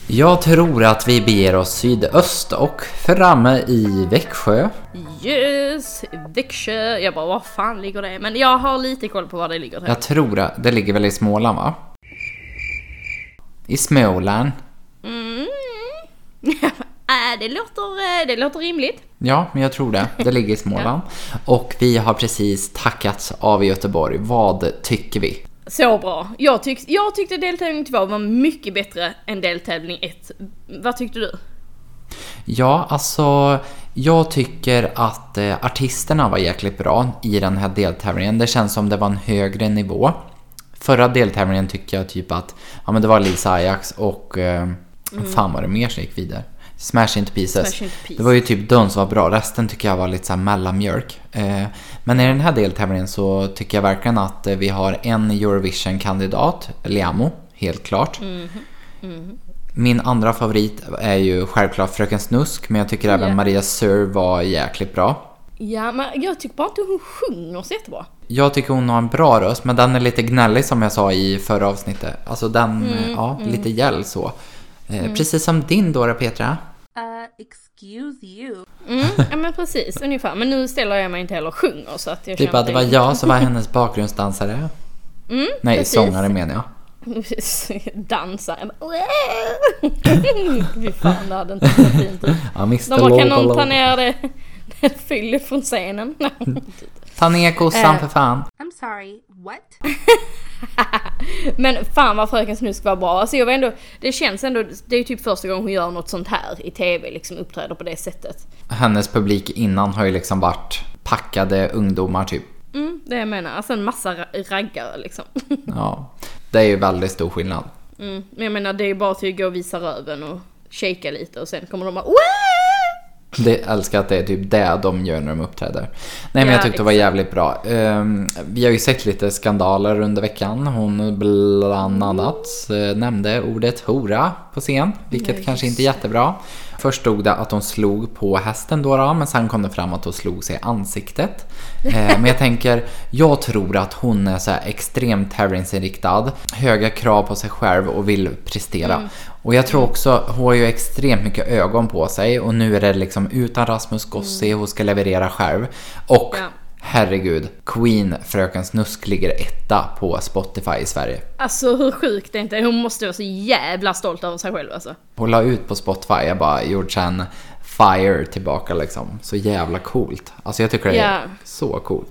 Jag tror att vi beger oss sydöst och framme i Växjö. Yes, Växjö. Jag bara, vad fan ligger det? Men jag har lite koll på var det ligger. Jag tror att det ligger väl i Småland, va? I Småland. Det låter rimligt. Ja, men jag tror det. Det ligger i Småland. Och vi har precis tackats av Göteborg. Vad tycker vi? Så bra. Jag tyckte deltävling 2 var mycket bättre än deltävling 1. Vad tyckte du? Ja, alltså jag tycker att artisterna var jäkligt bra i den här deltävlingen. Det känns som det var en högre nivå. Förra deltävlingen tycker jag typ att men det var Lisa Ajax och fan var det mer som gick vidare. Smash Into Pieces. Det var ju typ de som var bra. Resten tycker jag var lite så här mellanmjölk. Men i den här deltävlingen så tycker jag verkligen att vi har en Eurovision-kandidat, Liamo, helt klart. Min andra favorit är ju självklart Fröken Snusk, men jag tycker även Maria Sör var jäkligt bra. Ja, men jag tycker bara inte hon sjunger så jättebra. Jag tycker hon har en bra röst, men den är lite gnällig som jag sa i förra avsnittet. Alltså den, lite gäll så. Precis som din då, Petra. Excuse you. Ja, men precis, ungefär. Men nu ställer jag mig inte heller och sjunger så att jag typ att det var jag som var hennes bakgrundsdansare. Nej, precis. Sångare menar jag. Dansare. Fy fan, det hade inte så fint ut. Då kan någon ta ner det fyller från scenen. Ta ner kossan för fan. I'm sorry, what? Men fan vad Fröken Snusk var bra. Alltså det känns ändå, det är typ första gången hon gör något sånt här i tv, liksom uppträder på det sättet. Hennes publik innan har ju liksom varit packade ungdomar typ. Det jag menar, alltså en massa raggare liksom. Ja, det är ju väldigt stor skillnad. Men jag menar, det är ju bara till att gå och visa röven och shaka lite och sen kommer de bara det älskar att det är typ det de gör när de uppträder. Nej, men jag tyckte det var jävligt bra. Vi har ju sett lite skandaler under veckan. Hon bland annat nämnde ordet hora på scen, vilket kanske inte är jättebra. Först stod det att hon slog på hästen då, men sen kom det fram att hon slog sig i ansiktet. Men jag tror att hon är så här extremt tävlingsinriktad, höga krav på sig själv och vill prestera. Och jag tror också, hon har ju extremt mycket ögon på sig och nu är det liksom utan Rasmus Gossi, hon ska leverera själv. Och herregud, Queen Fröken Snusk ligger etta på Spotify i Sverige. Alltså hur sjukt det inte är. Hon måste vara så jävla stolt över sig själv alltså. Hon la ut på Spotify, jag bara gjort sen Fire tillbaka liksom. Så jävla coolt. Alltså jag tycker det är så coolt.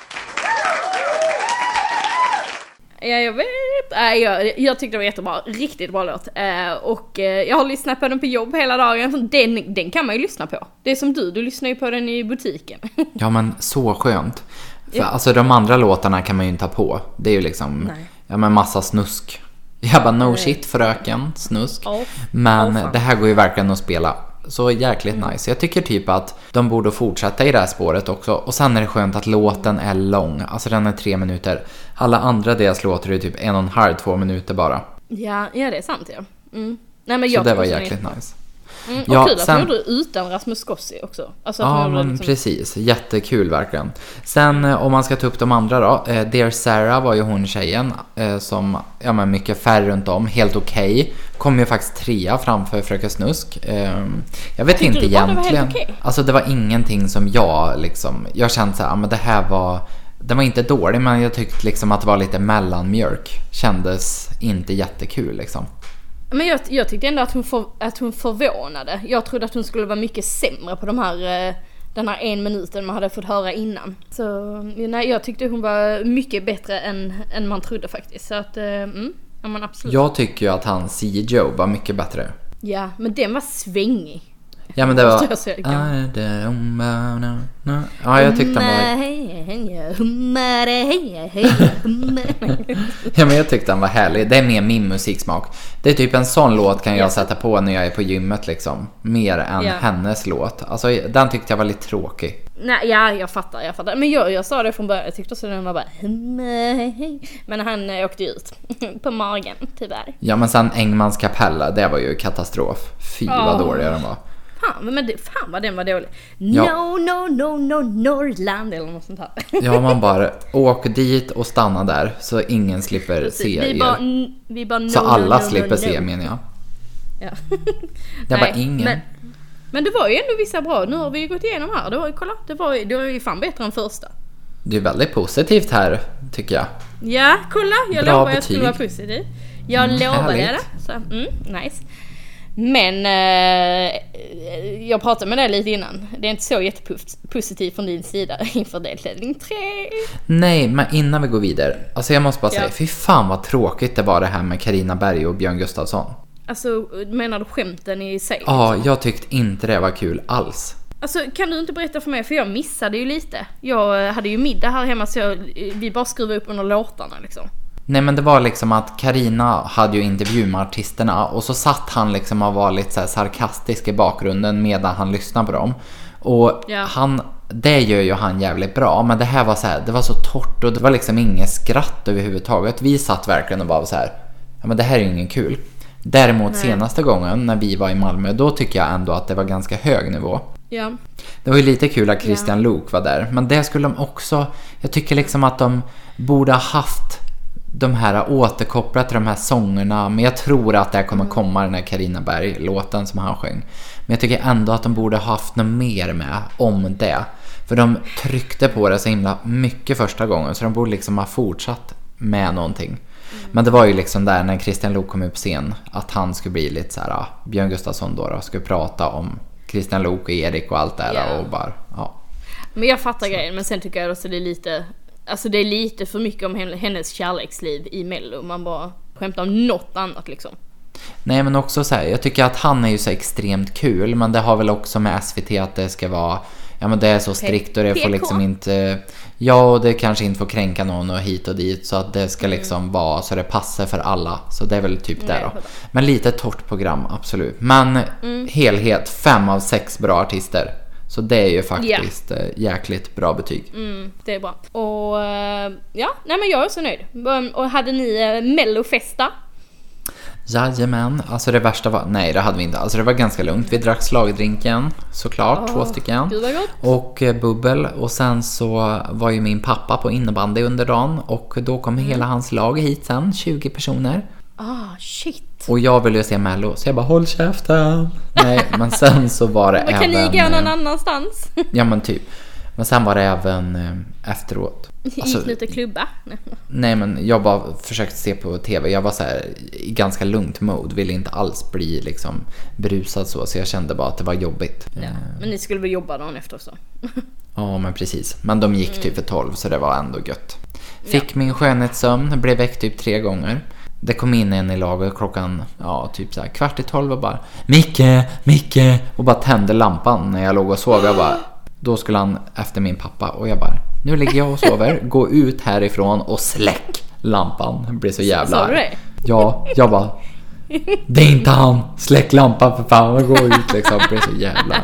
Ja, jag vet. Jag tyckte det var jättebra. Riktigt bra låt. Och jag har lyssnat på den på jobb hela dagen. Den kan man ju lyssna på. Det är som du lyssnar ju på den i butiken. Ja, men så skönt. För, alltså de andra låtarna kan man ju inte ta på. Det är ju liksom massa snusk. Jag bara shit fröken, snusk. Men det här går ju verkligen att spela. Så jäkligt nice. Jag tycker typ att de borde fortsätta i det här spåret också. Och sen är det skönt att låten är lång. Alltså den är 3 minuter. Alla andra deras låter är typ 1,5-2 minuter bara. Ja, det är sant, ja. Nej, men så det var jäkligt nice. Och kul att de gjorde det utan Rasmus Gossi också. Alltså att men liksom... precis. Jättekul verkligen. Sen om man ska ta upp de andra då. Dear Sarah var ju hon tjejen som mycket färre runt om. Helt okej. Kom ju faktiskt 3 framför Fröken Snusk. Jag vet inte egentligen. Alltså det var ingenting som jag kände så här, men det här var... Den var inte dålig, men jag tyckte liksom att det var lite mellanmjölk. Kändes inte jättekul liksom. Men jag tyckte ändå att hon förvånade. Jag trodde att hon skulle vara mycket sämre på den här 1 minuten man hade fått höra innan. Så jag tyckte hon var mycket bättre än man trodde faktiskt. Så att, men absolut. Jag tycker ju att hans Joe var mycket bättre. Ja, men den var svängig. Ja, men det var... Ja, jag tyckte han var... Ja, men jag tyckte han var härlig. Det är mer min musiksmak. Det är typ en sån låt kan jag sätta på när jag är på gymmet liksom. Mer än hennes låt. Alltså, den tyckte jag var lite tråkig. Nej, jag fattar. Men jag sa det från början. Jag tyckte så den var bara... Men han åkte ut på magen, tyvärr. Ja, men sen Engmans kapella, det var ju katastrof. Fy vad dåliga de var. Fan vad den var dålig. No, Norrland eller något sånt här. Ja, man bara åker dit och stannar där så ingen slipper se er. Så alla slipper se, menar jag. Ja. Det var ingen. Men det var ju ändå vissa bra. Nu har vi ju gått igenom här. Det var ju fan bättre än första. Det är väldigt positivt här, tycker jag. Ja, kolla. Jag Bra lovar betyg. jag skulle vara positiv. Jag lovade härligt. det. Så, nice. Men jag pratade med dig lite innan. Det är inte så jättepositivt från din sida inför deltävling 3. Nej, men innan vi går vidare. Alltså jag måste bara säga, fy fan vad tråkigt det var det här med Carina Berg och Björn Gustafsson. Alltså, menar du skämten i sig? Ja, jag tyckte inte det var kul alls. Alltså, kan du inte berätta för mig? För jag missade ju lite. Jag hade ju middag här hemma så vi bara skruvade upp under låtarna liksom. Nej, men det var liksom att Carina hade ju intervju med artisterna och så satt han liksom och var lite så här sarkastisk i bakgrunden medan han lyssnade på dem. Och det gör ju han jävligt bra, men det här var så här, det var så torrt och det var liksom inget skratt överhuvudtaget. Vi satt verkligen och bara var så här, ja men det här är ju ingen kul. Däremot senaste gången när vi var i Malmö, då tycker jag ändå att det var ganska hög nivå. Ja. Det var ju lite kul att Christian Luuk var där, men det skulle de också, jag tycker liksom att de borde ha haft de här återkopplat till de här sångerna, men jag tror att det kommer komma den här Carina Berg-låten som han sjöng. Men jag tycker ändå att de borde ha haft något mer med om det. För de tryckte på det så himla mycket första gången, så de borde liksom ha fortsatt med någonting. Men det var ju liksom där när Christian Luuk kom upp på scen att han skulle bli lite så här, Björn Gustafsson då skulle prata om Christian Luuk och Erik och allt det där och bara, Men jag fattar grejen, men sen tycker jag också det är lite, alltså det är lite för mycket om hennes kärleksliv i Mello. Man bara skämtar om något annat liksom. Nej, men också så här, jag tycker att han är ju så extremt kul, men det har väl också med SVT att det ska vara, ja men det är så strikt och det får liksom inte, och det kanske inte får kränka någon och hit och dit, så att det ska liksom vara så det passar för alla. Så det är väl typ det då. Men lite torrt program, absolut. Men helhet, 5 av 6 bra artister. Så det är ju faktiskt jäkligt bra betyg. Det är bra. Och nej men jag är så nöjd. Och hade ni Mellofesta? Jajamän, alltså det värsta var, nej det hade vi inte, alltså det var ganska lugnt. Vi drack slagdrinken, såklart, 2 stycken. Gud vad gott. Och bubbel, och sen så var ju min pappa på innebandy under dagen. Och då kom hela hans lag hit sen, 20 personer. Shit. Och jag ville ju se Mello, så jag bara, håll käften. Nej, men sen så var det men kan ni gå någon annanstans? Ja men typ. Men sen var det även efteråt. Alltså, gick lite klubba? Nej, men jag bara försökte se på tv. Jag var så här i ganska lugnt mode. Ville inte alls bli liksom brusad så jag kände bara att det var jobbigt. Ja, men ni skulle väl jobba dagen efter så? Ja, men precis. Men de gick typ för 12, så det var ändå gött. Fick min skönhetssömn, blev väckt typ 3 gånger. Det kom in en i laget klockan typ så här 11:15 och bara Micke och bara tände lampan när jag låg och sov. Jag bara, då skulle han efter min pappa och jag bara, nu ligger jag och sover, gå ut härifrån och släck lampan. Det blir så jävla. Sa du det? Ja, jag bara, det är inte han, släck lampan för fan och gå ut liksom. Det blir så jävla.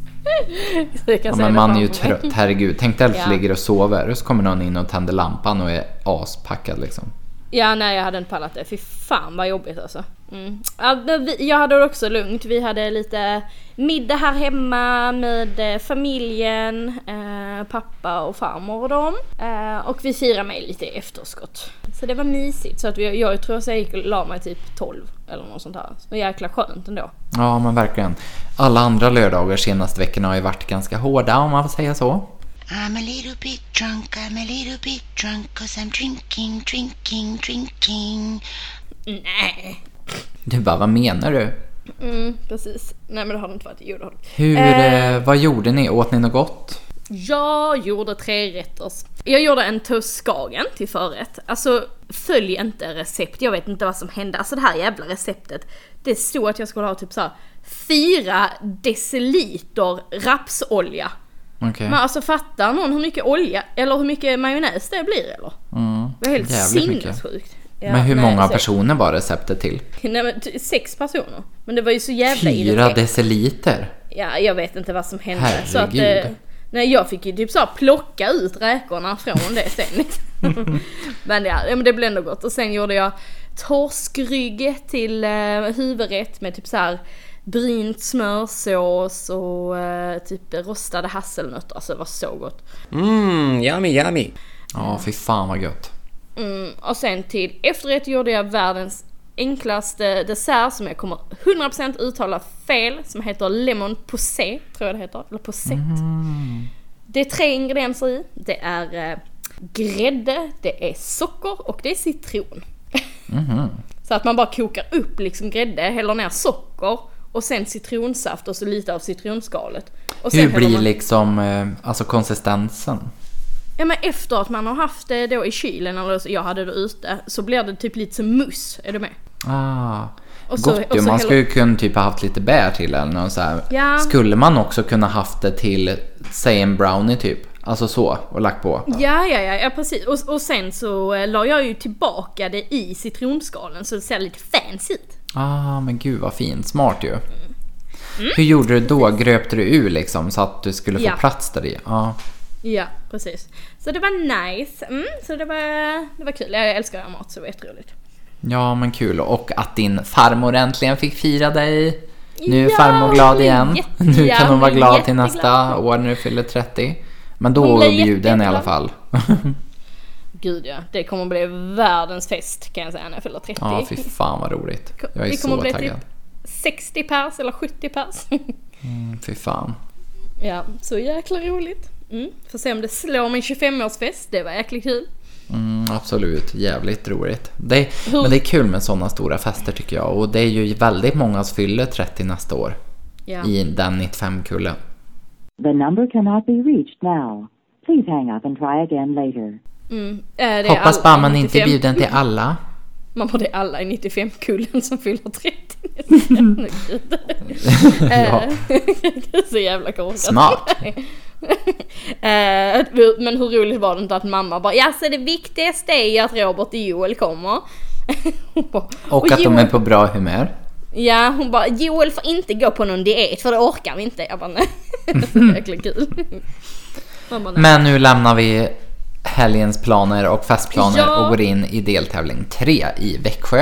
Men man är ju trött, herregud. Tänk dig att ligger och sover och så kommer någon in och tänder lampan och är aspackad liksom. Ja, nej, jag hade inte pallat det. Fy fan vad jobbigt alltså. Jag hade det också lugnt. Vi hade lite middag här hemma med familjen, pappa och farmor och dem. Och vi firade mig lite i efterskott. Så det var mysigt. Så att jag tror att jag gick och la mig typ 12 eller något sånt här. Så jäkla skönt ändå. Ja, men verkligen. Alla andra lördagar senaste veckorna har ju varit ganska hårda, om man får säga så. I'm a little bit drunk 'cause I'm drinking. Nej. Du bara, vad menar du? Precis. Nej, men det har det inte varit. Jo, det har det. Vad gjorde ni? Åt ni något gott? Jag gjorde 3 rätters. Jag gjorde en toastskagen till förrätt. Alltså, följ inte recept. Jag vet inte vad som hände. Alltså det här jävla receptet. Det stod att jag skulle ha typ så här 4 deciliter rapsolja. Okay. Men alltså fattar någon hur mycket olja eller hur mycket majonnäs det blir eller? Det är helt sinnessjukt. Ja, men hur många personer var receptet till? Nej, men 6 personer. Men det var ju så jävla 4 irriterande. deciliter? Ja, jag vet inte vad som hände. Herregud. Så att, nej, jag fick ju typ så plocka ut räkorna från det sen. Men men det blev ändå gott. Och sen gjorde jag torskrygg till huvudrätt med typ så här brynt smörsås och typ rostade hasselnötter. Alltså det var så gott. Yummy. Ja, fy fan vad gott. Och sen till efterrätt gjorde jag världens enklaste dessert som jag kommer 100% uttala fel, som heter lemon posé, tror jag det heter, eller posett. Det är 3 ingredienser i. Det är grädde, det är socker och det är citron. Så att man bara kokar upp liksom grädde, häller ner socker och sen citronsaft och så lite av citronskalet. Och sen hur blir liksom alltså konsistensen? Ja, men efter att man har haft det då i kylen, eller så jag hade det ute, så blir det typ lite som mousse. Är du med? Och så, gott ju. Man skulle ju kunna typ ha haft lite bär till eller något så här. Ja. Skulle man också kunna haft det till, säg en brownie typ? Alltså så, och lagt på. Ja, precis. Och sen så la jag ju tillbaka det i citronskalen så det ser lite fancy ut. Men gud vad fint. Smart ju. Hur gjorde du då? Gröpte du ur liksom så att du skulle få plats där i? Ja, precis. Så det var nice. Så det var kul. Jag älskar mat, så det var jätteroligt. Ja, men kul. Och att din farmor äntligen fick fira dig. Nu är farmor glad igen. Nu kan hon vara glad till nästa år när du fyller 30. Men då bjuden i alla fall. Gud ja, det kommer bli världens fest kan jag säga när jag fyller 30. Ja, fy fan vad roligt. Jag är så taggad. Det kommer bli typ 60 pers eller 70 pers. Fy fan. Ja, så jäkla roligt. Får se om det slår min 25-årsfest. Det var jäkligt kul. Absolut, jävligt roligt. Men det är kul med sådana stora fester tycker jag. Och det är ju väldigt många som fyller 30 nästa år. I den 95-kullen. The number cannot be reached now. Please hang up and try again later. Hoppas bara man inte är bjuden till alla. Man borde alla i 95-kullen som fyller 30. Så jävla korkat. Smart. Men hur roligt var det inte att mamma bara, ja så det viktigaste är att Robert och Joel kommer. Och att Joel, de är på bra humör. Ja, hon bara, Joel får inte gå på någon diet för det orkar vi inte. Jag bara, nej. Det är verkligen kul. Men nu lämnar vi helgens planer och festplaner och går in i deltävling 3 i Växjö.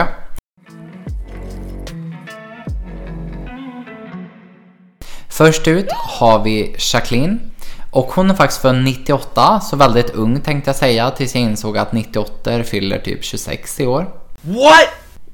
Först ut har vi Jacqueline. Och hon är faktiskt född 98, så väldigt ung tänkte jag säga, tills jag insåg att 98 fyller typ 26 i år. What?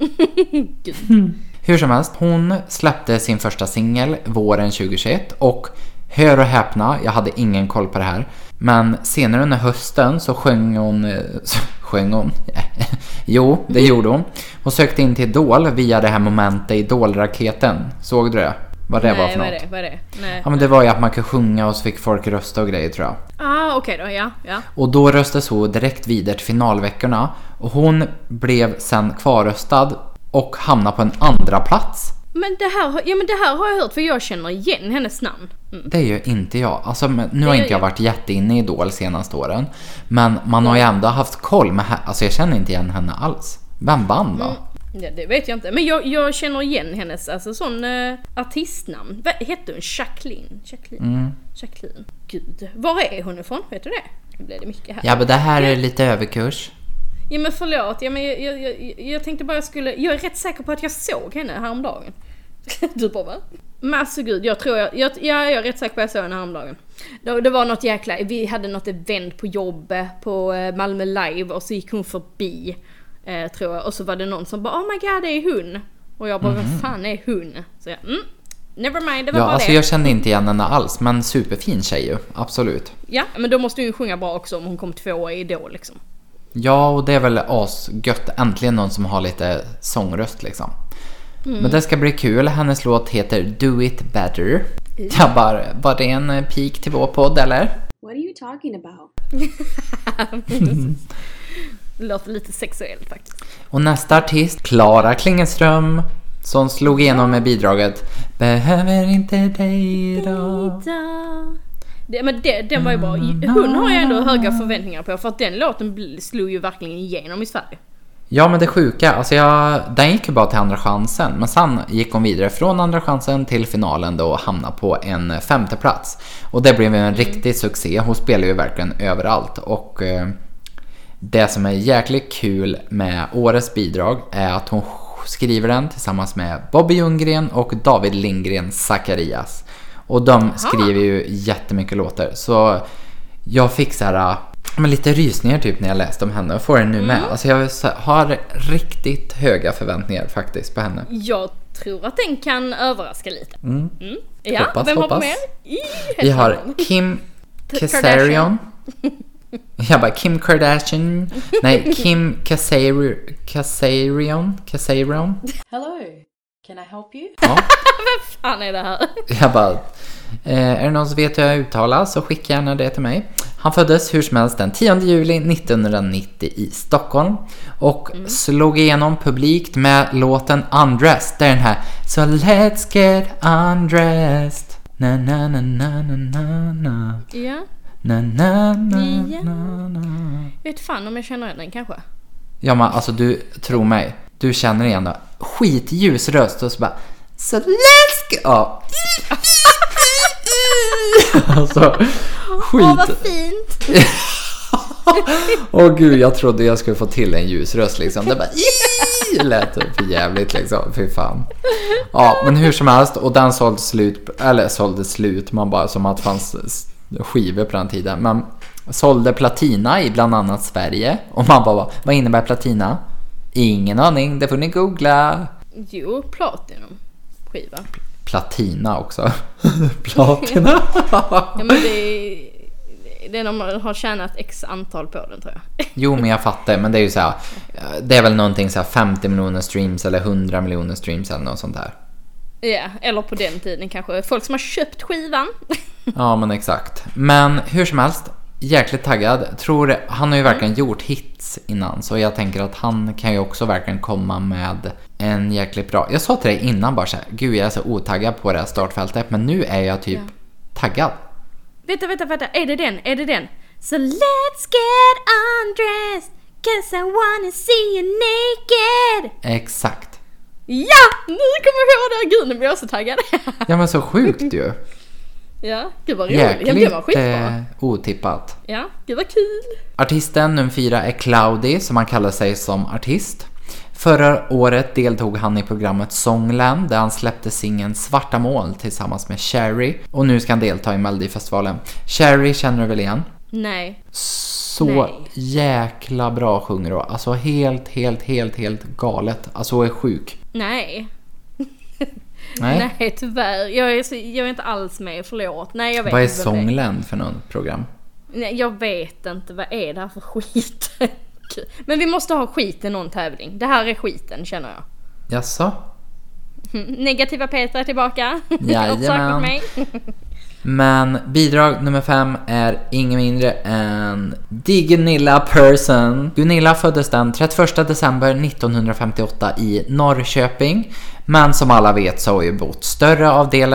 Hur som helst, hon släppte sin första singel våren 2021 och hör och häpna, jag hade ingen koll på det här, men senare under hösten så sjöng hon? Jo, det gjorde hon. Hon sökte in till Idol via det här momentet Idol-raketen. Såg du det? Vad det var för något? Vad är det? Nej. Ja, men det var ju att man kunde sjunga och så fick folk rösta och grejer tror jag. Okej då, ja. Och då röstades hon direkt vidare till finalveckorna. Och hon blev sen kvarröstad och hamnade på en andra plats. Men det här har jag hört, för jag känner igen hennes namn. Det är ju inte jag. Alltså, nu har inte jag varit jätteinne i Idol senaste åren. Men man har ju ändå haft koll med alltså jag känner inte igen henne alls. Vem vann då? Ja, det vet jag inte. Men jag känner igen hennes sån artistnamn. Hette hon Jacqueline? Jacqueline. Gud, var är hon ifrån? Vet du det? Nu blev det mycket här. Ja, men det här är lite överkurs. Ja, men förlåt. Ja, men jag tänkte bara jag är rätt säker på att jag såg henne häromdagen. Du bara, va? Men alltså gud, jag är rätt säker på att jag såg henne häromdagen. Det var något jäkla, vi hade något event på jobbet på Malmö Live och så gick hon förbi. Tror jag. Och så var det någon som bara, oh my god, det är hon. Och jag bara, vad fan är hon? Så jag, never mind, det var bara alltså det. Jag kände inte igen henne alls, men superfin tjej ju, absolut. Ja, men då måste hon ju sjunga bra också om hon kom 2 i Idol liksom. Ja, och det är väl asgött. Äntligen någon som har lite sångröst liksom. Men det ska bli kul. Hennes låt heter Do It Better. Jag bara, var det en peak till vår podd eller? What are you talking about? Det låter lite sexuellt faktiskt. Och nästa artist, Klara Klingenström, som slog igenom med bidraget Behöver inte dig då. Men den var ju bra. Hon har ju ändå höga förväntningar på, för att den låten slog ju verkligen igenom i Sverige. Ja, men det sjuka, alltså den gick ju bara till andra chansen. Men sen gick hon vidare från andra chansen till finalen då och hamnade på en 5:e plats. Och det blev ju en riktig succé. Hon spelar ju verkligen överallt. Och det som är jäkligt kul med årets bidrag är att hon skriver den tillsammans med Bobby Ljunggren och David Lindgren Zacharias. Och de skriver ju jättemycket låtar. Så jag fick så här, Men lite rysningar typ när jag läste om henne och får det nu med. Alltså jag har riktigt höga förväntningar faktiskt på henne. Jag tror att den kan överraska lite. Ja, Hoppas, vem har hoppas. på mer? Vi har Kim Kardashian. Jag bara Kim Kardashian. Nej, Kim Kazarian. Hello, can I help you? Ja. Vem fan är det här? Jag bara, är det någon som vet hur jag uttalar så skicka gärna det till mig. Han föddes hur som helst den 10 juli 1990 i Stockholm och slog igenom publikt med låten Undressed. Det är den här So let's get undressed. Na na na na na na. Ja, Na na na na na. vet fan om jag känner den kanske. Ja men alltså du, tror mig, du känner igen det. Skitljus röst och så bara So let's get... Ja. Alltså, skit. Åh, vad fint! Åh gud, jag trodde jag skulle få till en ljusröst liksom. Det bara lät för jävligt liksom, fy fan. Ja, men hur som helst, och den sålde slut, man bara som att det fanns skivor på den tiden. Men sålde platina i bland annat Sverige. Och man bara, vad innebär platina? Ingen aning, det får ni googla. Jo, platinum skiva. Platina också. Platina. Ja, men det är när man har tjänat x antal på den, tror jag. Jo, men jag fattar. Men det är ju så här, det är väl någonting så här 50 miljoner streams eller 100 miljoner streams eller något sånt där. Ja, eller på den tiden kanske folk som har köpt skivan. Ja, men exakt. Men hur som helst, jäkligt taggad. Tror han har ju verkligen gjort hits innan, så jag tänker att han kan ju också verkligen komma med en jäkligt bra. Jag sa till dig innan bara så här, gud jag är så otaggad på det här startfältet, men nu är jag typ taggad. Vänta, är det den? So let's get undressed, 'cause I wanna see you naked. Exakt. Ja, nu kommer jag ihåg det. Gud, nu blir jag så taggad. Ja, men så sjukt ju. Ja, gud vad roligt. Ja, det var Jäkligt skitbra. otippat. Ja, gud vad kul. Artisten nummer 4 är Cloudy, som han kallar sig som artist. Förra året deltog han i programmet Songland där han släppte singeln Svarta mål tillsammans med Cherry. Och nu ska han delta i Melodifestivalen. Cherry känner du väl igen? Nej. Så jäkla bra sjunger då. Alltså helt galet. Alltså är sjuk. Nej. Nej. Nej, tyvärr. Jag är inte alls med, förlåt. Nej, jag vet Vad är inte Songland för någon program? Nej, jag vet inte. Vad är det här för skit? Men vi måste ha skit i någon tävling. Det här är skiten, känner jag. Jaså? Negativa Petra är tillbaka. Jajamän. Mig. Men bidrag nummer 5 är ingen mindre än Gunilla Persson. Gunilla föddes den 31 december 1958 i Norrköping. Men som alla vet så har ju bott större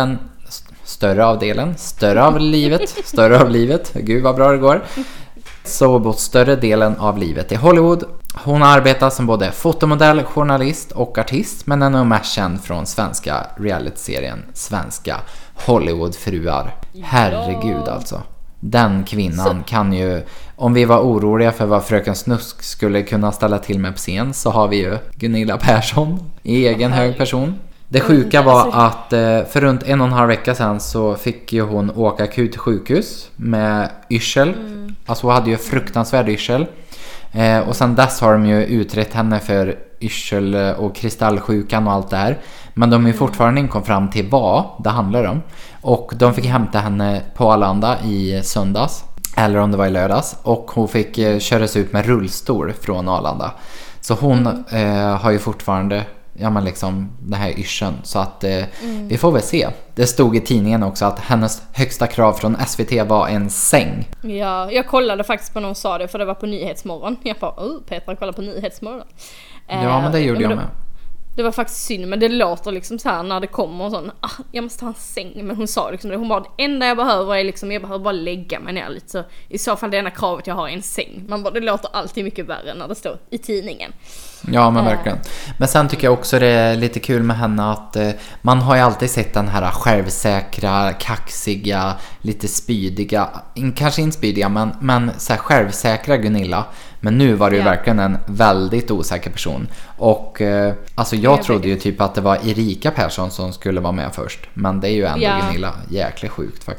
av livet. Gud vad bra det går. Så bott större delen av livet i Hollywood. Hon har arbetat som både fotomodell, journalist och artist, men är nog mest känd från svenska realityserien Svenska Hollywoodfruar. Herregud alltså. Den kvinnan kan ju, om vi var oroliga för vad Fröken Snusk skulle kunna ställa till med på scen, så har vi ju Gunilla Persson i egen hög person. Det sjuka var att för runt 1,5 vecka sedan så fick ju hon åka akut till sjukhus med yrsel. Alltså hon hade ju fruktansvärd yrsel. Och sen dess har de ju utrett henne för yrsel och kristallsjukan och allt det här. Men de är ju fortfarande inte kom fram till vad det handlar om. Och de fick hämta henne på Arlanda i söndags. Eller om det var i lördags. Och hon fick köras ut med rullstol från Arlanda. Så hon har ju fortfarande liksom den här yrseln. Så att vi får väl se. Det stod i tidningen också att hennes högsta krav från SVT var en säng. Ja, jag kollade faktiskt på någon sa det, för det var på Nyhetsmorgon. Jag bara, Petra kollar på Nyhetsmorgon. Ja, men det gjorde jag med. Det var faktiskt synd, men det låter liksom så här när det kommer och sån, jag måste ha en säng. Men hon sa liksom det, hon bara, det enda jag behöver är liksom, jag behöver bara lägga mig ner lite. Så i så fall det enda kravet jag har är en säng. Man bara, det låter alltid mycket värre när det står i tidningen. Ja, men verkligen. Men sen tycker jag också det är lite kul med henne att man har ju alltid sett den här självsäkra, kaxiga, lite spydiga, kanske inte spydiga, men så här självsäkra Gunilla. Men nu var det ju verkligen en väldigt osäker person. Och alltså jag trodde ju typ att det var Erika Persson som skulle vara med först. Men det är ju ändå Gunilla. Jäkligt sjukt faktiskt.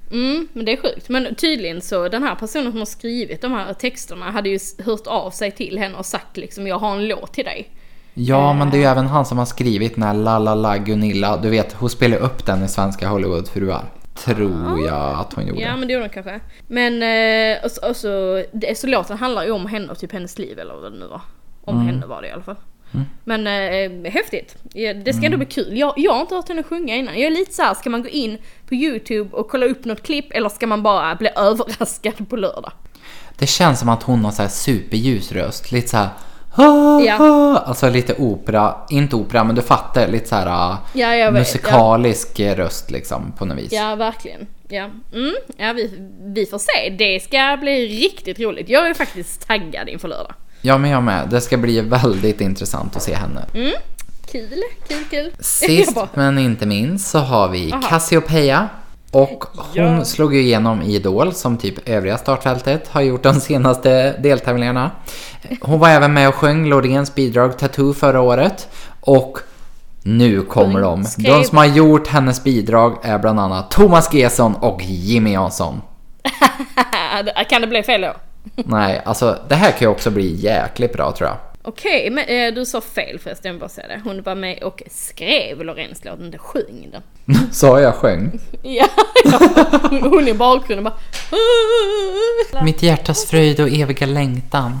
Men det är sjukt. Men tydligen så den här personen som har skrivit de här texterna hade ju hört av sig till henne och sagt liksom, jag har en låt till dig. Ja, men det är ju även han som har skrivit den här La La La Gunilla. Du vet, hon spelar upp den i Svenska Hollywoodfruar. Tror jag att hon gjorde. Ja, men det gjorde hon kanske. Men så låten handlar ju om henne och typ hennes liv eller vad det nu var. Om henne var det i alla fall. Men häftigt. Det ska ändå bli kul. Jag har inte hört henne sjunga innan. Jag är lite så här, ska man gå in på YouTube och kolla upp något klipp eller ska man bara bli överraskad på lördag? Det känns som att hon har så här superljus röst. Lite så här... Alltså lite opera, inte opera, men du fattar, lite så här musikalisk röst liksom på något vis. Ja, verkligen. Ja, vi får se. Det ska bli riktigt roligt. Jag är faktiskt taggad inför lördag. Ja, men jag med. Det ska bli väldigt intressant att se henne. Kul. Sist men inte minst så har vi Cassiopeia. Och hon slog ju igenom i Idol som typ övriga startfältet har gjort de senaste deltävlingarna. Hon var även med och sjöng Loreens bidrag Tattoo förra året. Och nu kommer de. De som har gjort hennes bidrag är bland annat Thomas Gesson och Jimmy Jansson. Kan det bli fel då? Nej, alltså det här kan ju också bli jäkligt bra tror jag. Okej, men du sa fel förresten, bara säga det. Hon var med och skrev Loreens låt, inte sjöng den. Så jag sjöng? Ja, hon i bakgrunden bara... Mitt hjärtas fröjd och eviga längtan.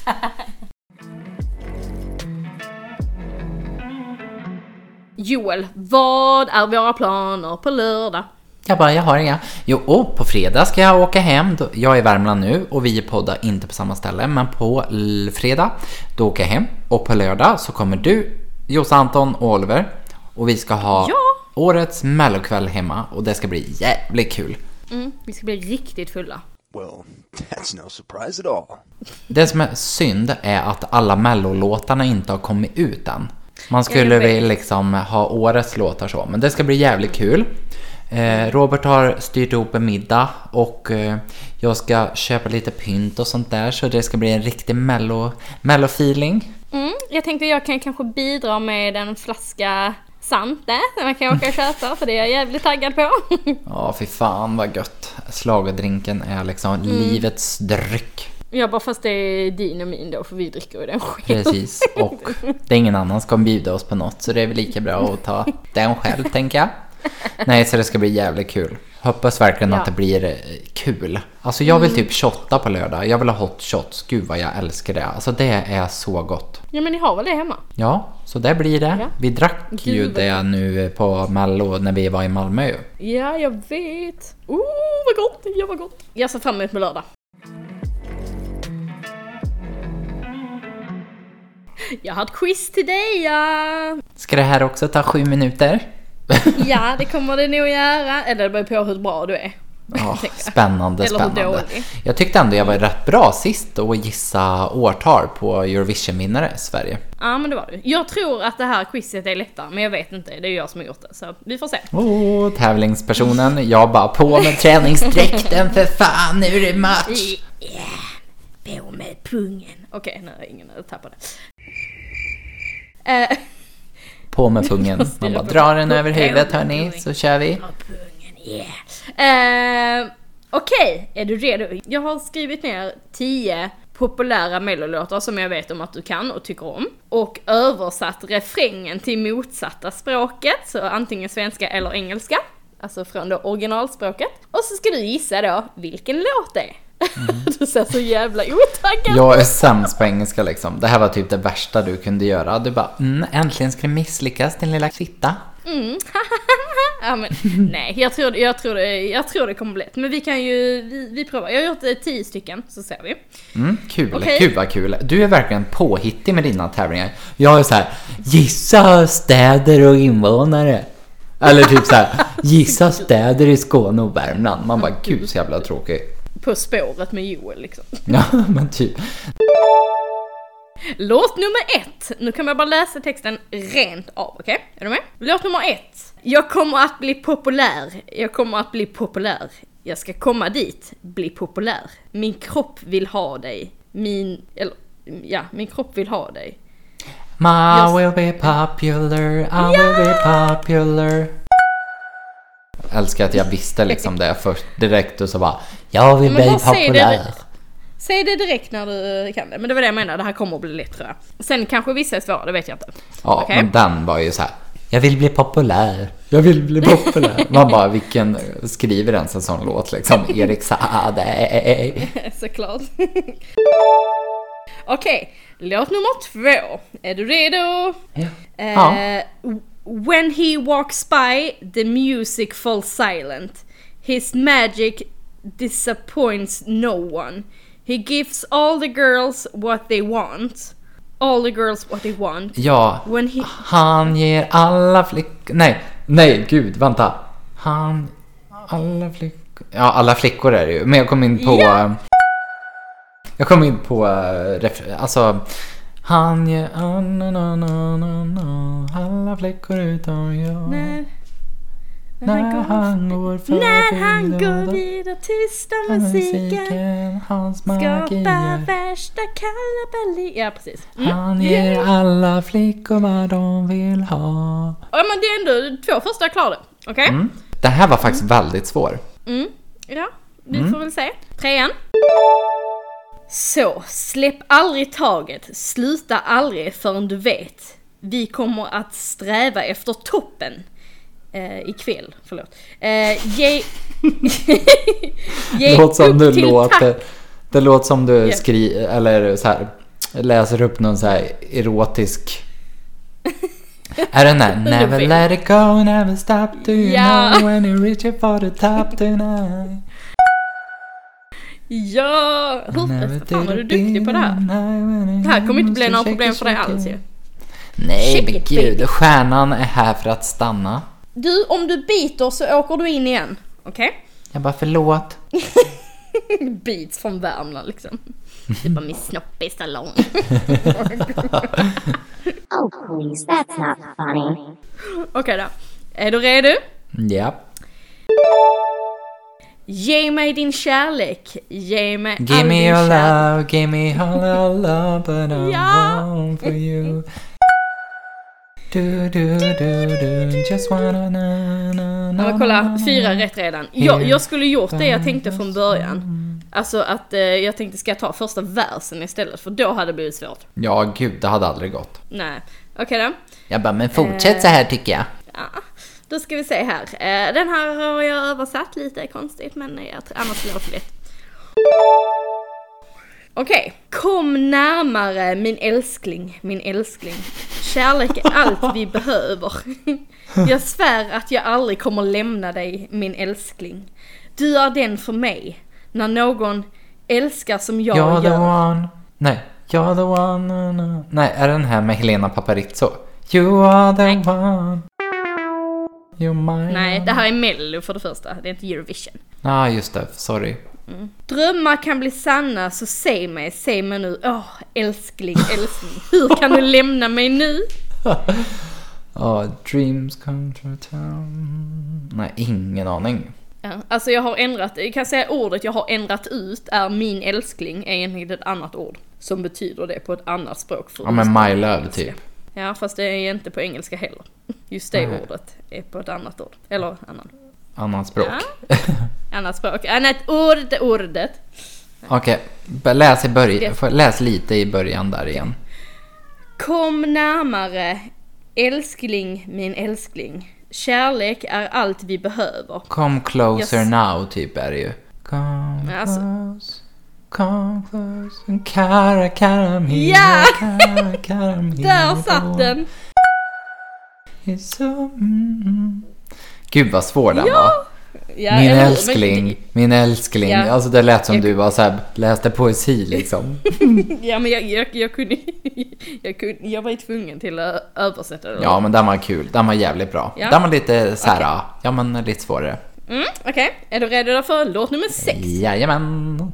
Joel, vad är våra planer på lördag? Jag har inga. Jo, på fredag ska jag åka hem. Jag är i Värmland nu och vi poddar inte på samma ställe. Men på fredag, då åker jag hem. Och på lördag så kommer du, Jossa, Anton och Oliver. Och vi ska ha årets mellokväll hemma. Och det ska bli jävligt kul. Vi ska bli riktigt fulla. Well, that's no surprise at all. Det som är synd är att alla mellolåtarna inte har kommit ut än. Man skulle väl liksom ha årets låtar så. Men det ska bli jävligt kul. Robert har styrt ihop en middag och jag ska köpa lite pynt och sånt där, så det ska bli en riktig mello-feeling. Jag tänkte jag kan kanske bidra med en flaska Sante som man kan åka och köpa, för det är jag jävligt taggad på. Ja, fy fan vad gött. Slagerdrinken är liksom livets dryck. Ja, bara fast det är din och min då, för vi dricker ju den själv. Precis, och det är ingen annan som ska bjuda oss på något, så det är väl lika bra att ta den själv, tänker jag. Nej, så det ska bli jävligt kul. Hoppas verkligen att det blir kul. Alltså jag vill typ shotta på lördag. Jag vill ha hot shots. Gud vad jag älskar det. Alltså det är så gott. Ja, men ni har väl det hemma? Ja, så det blir det. Ja. Vi drack ju det nu på Mello när vi var i Malmö ju. Ja, jag vet. Vad gott. Ja, vad gott. Jag ser fram emot med lördag. Jag har ett quiz till dig, ja. Ska det här också ta 7 minuter? Ja, det kommer det nog göra. Eller det beror på hur bra du är. Ja, spännande. Dålig. Jag tyckte ändå jag var rätt bra sist och gissa årtal på Eurovision-vinnare i Sverige. Ja, men det var du. Jag tror att det här quizet är lättare, men jag vet inte. Det är jag som har gjort det, så vi får se. Tävlingspersonen. Jag bara på med träningsdräkten, för fan, nu är det match. Yeah. På med pungen. Okej, nu är ingen tappade. På med pungen. Man bara drar den över huvudet, hörni, så kör vi. Okej, är du redo? Jag har skrivit ner 10 populära mellolåtar som jag vet om att du kan och tycker om. Och översatt refrängen till motsatta språket, så antingen svenska eller engelska. Alltså från det originalspråket. Och så ska du gissa då vilken låt det är. Du ser så jävla otaggad. Jag är sämst på engelska liksom. Det här var typ det värsta du kunde göra. Du bara, äntligen ska det misslyckas, din lilla fitta. Ja, men, nej, jag tror det kommer bli. Men vi kan ju, vi provar. Jag har gjort 10 stycken, så ser vi. Kul, Okay. Gud vad kul. Du är verkligen påhittig med dina tävlingar. Jag är så här, gissa städer och invånare. Eller typ så här, gissa städer i Skåne och Värmland. Man bara, gud så jävla tråkig. På spåret med Joel liksom. Ja, men typ. Låt nummer 1. Nu kan jag bara läsa texten rent av, okej? Är du med? Låt nummer 1. Jag kommer att bli populär. Jag kommer att bli populär. Jag ska komma dit. Bli populär. Min kropp vill ha dig. Min kropp vill ha dig. I will be popular. I will be popular. älskar att jag visste liksom det först direkt och så bara, jag vill bli populär. Säg det direkt när du kan det. Men det var det jag menade, det här kommer att bli lätt tror jag. Sen kanske vissa är svåra, det vet jag inte. Ja, okay. Men den var ju så här, jag vill bli populär. Jag vill bli populär. Man bara, vilken skriver ens en sån låt liksom? Erik Saade. Såklart. Okej, låt nummer 2. Är du redo? Ja. When he walks by, the music falls silent. His magic disappoints no one. He gives all the girls what they want. All the girls what they want. Ja, han ger alla flickor... Nej, gud, vänta. Alla flickor... Ja, alla flickor är det ju. Men jag kom in på... Yeah. Jag kom in på... alltså... Han ger alla flickor utom jag. När han går vidare tysta musiken skapar värsta kalabalik. Ja, precis. Han ger alla flickor vad de vill ha. Ja, men det är ändå 2 första klarade. Okej? Okay? Det här var faktiskt väldigt svår. Ja, vi får väl se. 3:an. Så, släpp aldrig taget. Sluta aldrig förrän du vet. Vi kommer att sträva efter toppen. Ikväll, förlåt. Låt som du låter. Det låter som du eller så här läser upp någon så här erotisk. Är den där never let it go, never stop to you know when you reach for the top tonight. Ja, fan var du duktig på det här. Det här kommer inte bli några problem för dig alls ju. Nej, men gud, stjärnan är här för att stanna. Du, om du biter så åker du in igen. Okej? Okay? Jag bara, förlåt. Beats från Värmland liksom. Det var min snopp i salong. Oh please, that's not funny. Okej då. Är du redo? Ja. Ge mig din kärlek. Ge mig give me your love. Give me all your love. But I'm wrong for you. Du, just wanna na. Ja, kolla, 4 rätt redan. Jag skulle gjort det jag tänkte från början. Alltså att jag tänkte, ska jag ta första versen istället? För då hade det blivit svårt. Ja, gud, det hade aldrig gått. Nej, okej då. Jag bara, men fortsätt så här tycker jag. Ja, då ska vi se här. Den här har jag översatt lite konstigt, men annars blir det lätt. Okej. Kom närmare min älskling, min älskling. Kärlek är allt vi behöver. Jag svär att jag aldrig kommer lämna dig, min älskling. Du är den för mig. När någon älskar som jag You're gör. The one. Nej, you're the one. No. Nej, är den här med Helena Paparizou? You are the one. You're my. Nej, det här är Mello för det första. Det är inte Eurovision. Ja, just det. Sorry. Drömmar kan bli sanna, så säg mig nu. Älskling, älskling. Hur kan du lämna mig nu? Dreams come true town. Nej, ingen aning. Ja, alltså jag har ändrat, jag kan säga ordet jag har ändrat ut är min älskling är egentligen ett annat ord som betyder det på ett annat språk. Ja, men my love typ. Ja, fast det är inte på engelska heller. Just det ordet är på ett annat ord. Eller annat språk. Ja. Annat språk. Annat ordet. Okej, läs lite i början där igen. Kom närmare, älskling, min älskling. Kärlek är allt vi behöver. Come closer now, typ är det ju. Come close. Cara me. Ja! Cara me. Där satt den. Gud vad svår den var. Ja, min älskling. Ja. Alltså det lät som du var så här, läste poesi liksom. Ja, men jag kunde jag var ju tvungen till att översätta det. Ja, men den var kul. Den var jävligt bra. Ja. Den var lite så här, ja men lite svårare. Okej. Är du redo för låt nummer 6? Jajamän.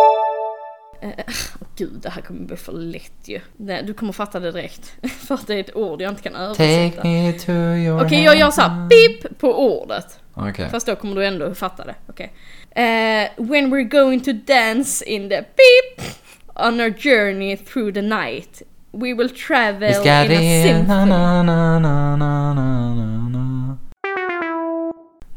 Gud, det här kommer bli för lätt ju. Nej, du kommer fatta det direkt. För att det är ett ord jag inte kan översätta. Okej, jag gör så här, pip på ordet. Okay. Fast då kommer du ändå fatta det. Okay. When we're going to dance in the beep on our journey through the night, we will travel in a symphony.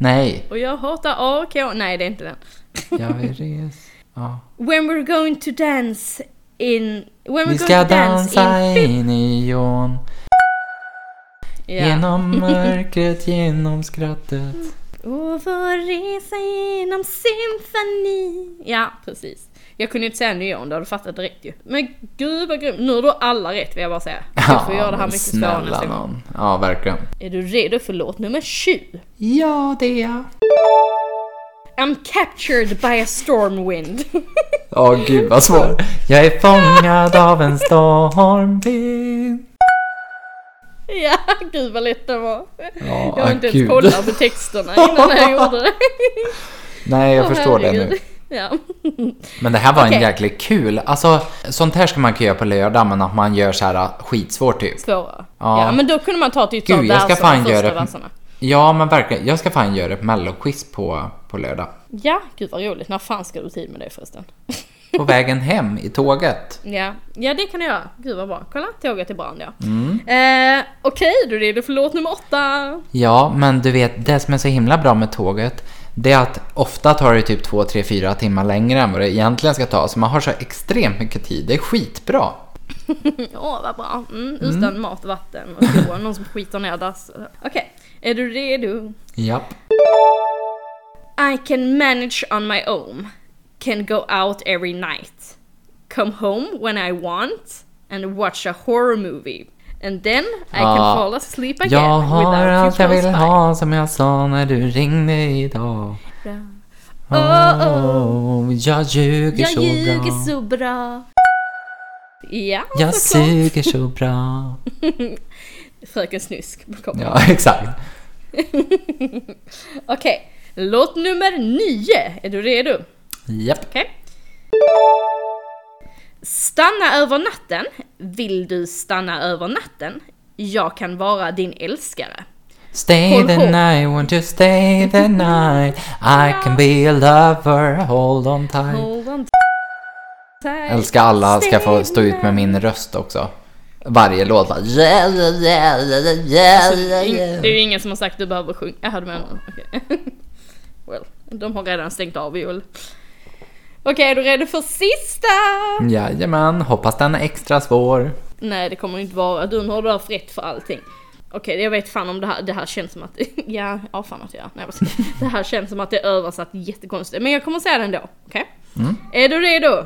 Nej. Och jag hatar AK. Nej, det är inte den. Jag vill res. Ja. When we're going to dance in... Vi ska dansa in i neon. Ja. Genom mörkret, genom skrattet. Och får resa genom symfoni. Ja, precis. Jag kunde inte säga neon, då hade du fattat direkt ju. Men gud vad grymt. Nu har du alla rätt, vill jag bara säga. Du får göra det här mycket svårare nästa gång. Ja, verkligen. Är du redo för låt nummer 7? Ja, det är jag. I'm captured by a stormwind. Gud vad svår. Jag är fångad av en stormvind. Ja, gud vad lätt det var. Ja, jag har inte gud. ens kollat på texterna innan jag gjorde det. Nej, jag förstår herregud. det nu. Ja. Men det här var Okej. en jäkligt kul. Alltså, sånt här ska man kunna göra på lördag, men att man gör så här skitsvårt typ. Svåra. Ja. Ja, men då kunde man ta typ Gud, jag ska fan göra det. verserna. Ja, men verkligen. Jag ska fan göra ett melloquiz på lördag. Ja, gud vad roligt. När fan ska du tid med det förresten? På vägen hem i tåget. Ja, det kan jag göra. Gud vad bra. Kolla, tåget är brand, ja. Okej, då är det för låt nummer 8. Ja, men du vet, det som är så himla bra med tåget, det är att ofta tar det typ 2, 3, 4 timmar längre än vad det egentligen ska ta. Så man har så extremt mycket tid. Det är skitbra. Vad bra. Utan mat, vatten och så. Någon som skiter ner dass. Okej, är du redo? Japp. I can manage on my own. Can go out every night. Come home when I want. And watch a horror movie. And then I can fall asleep again. Jag har without allt jag you vill close ha, som jag sa när du ringde idag. by. Jag ljuger Jag så ljuger bra. så bra. Ja, Jag såklart. suger så bra. Fröken Snusk. Ja, exakt. Okej, låt nummer 9. Är du redo? Japp. Okej. Stanna över natten. Vill du stanna över natten? Jag kan vara din älskare. Stay Håll the hårt. night, won't you stay the night? I can be a lover, hold on tight. Hold on tight. Älskar alla ska få stå ut med min röst också. Varje låt bara... Det är ju ingen som har sagt att du behöver sjunga. Jag hade med okej. Well, de har redan stängt av viol. Okej, är du redo för sista? Jajamän, hoppas den är extra svår. Nej, det kommer inte vara. Du har du haft rätt för allting. Okej, jag vet fan om det här känns som att... ja, fan att jag... Nej, det här känns som att det är översatt jättekonstigt. Men jag kommer säga det ändå, okej? Är du redo?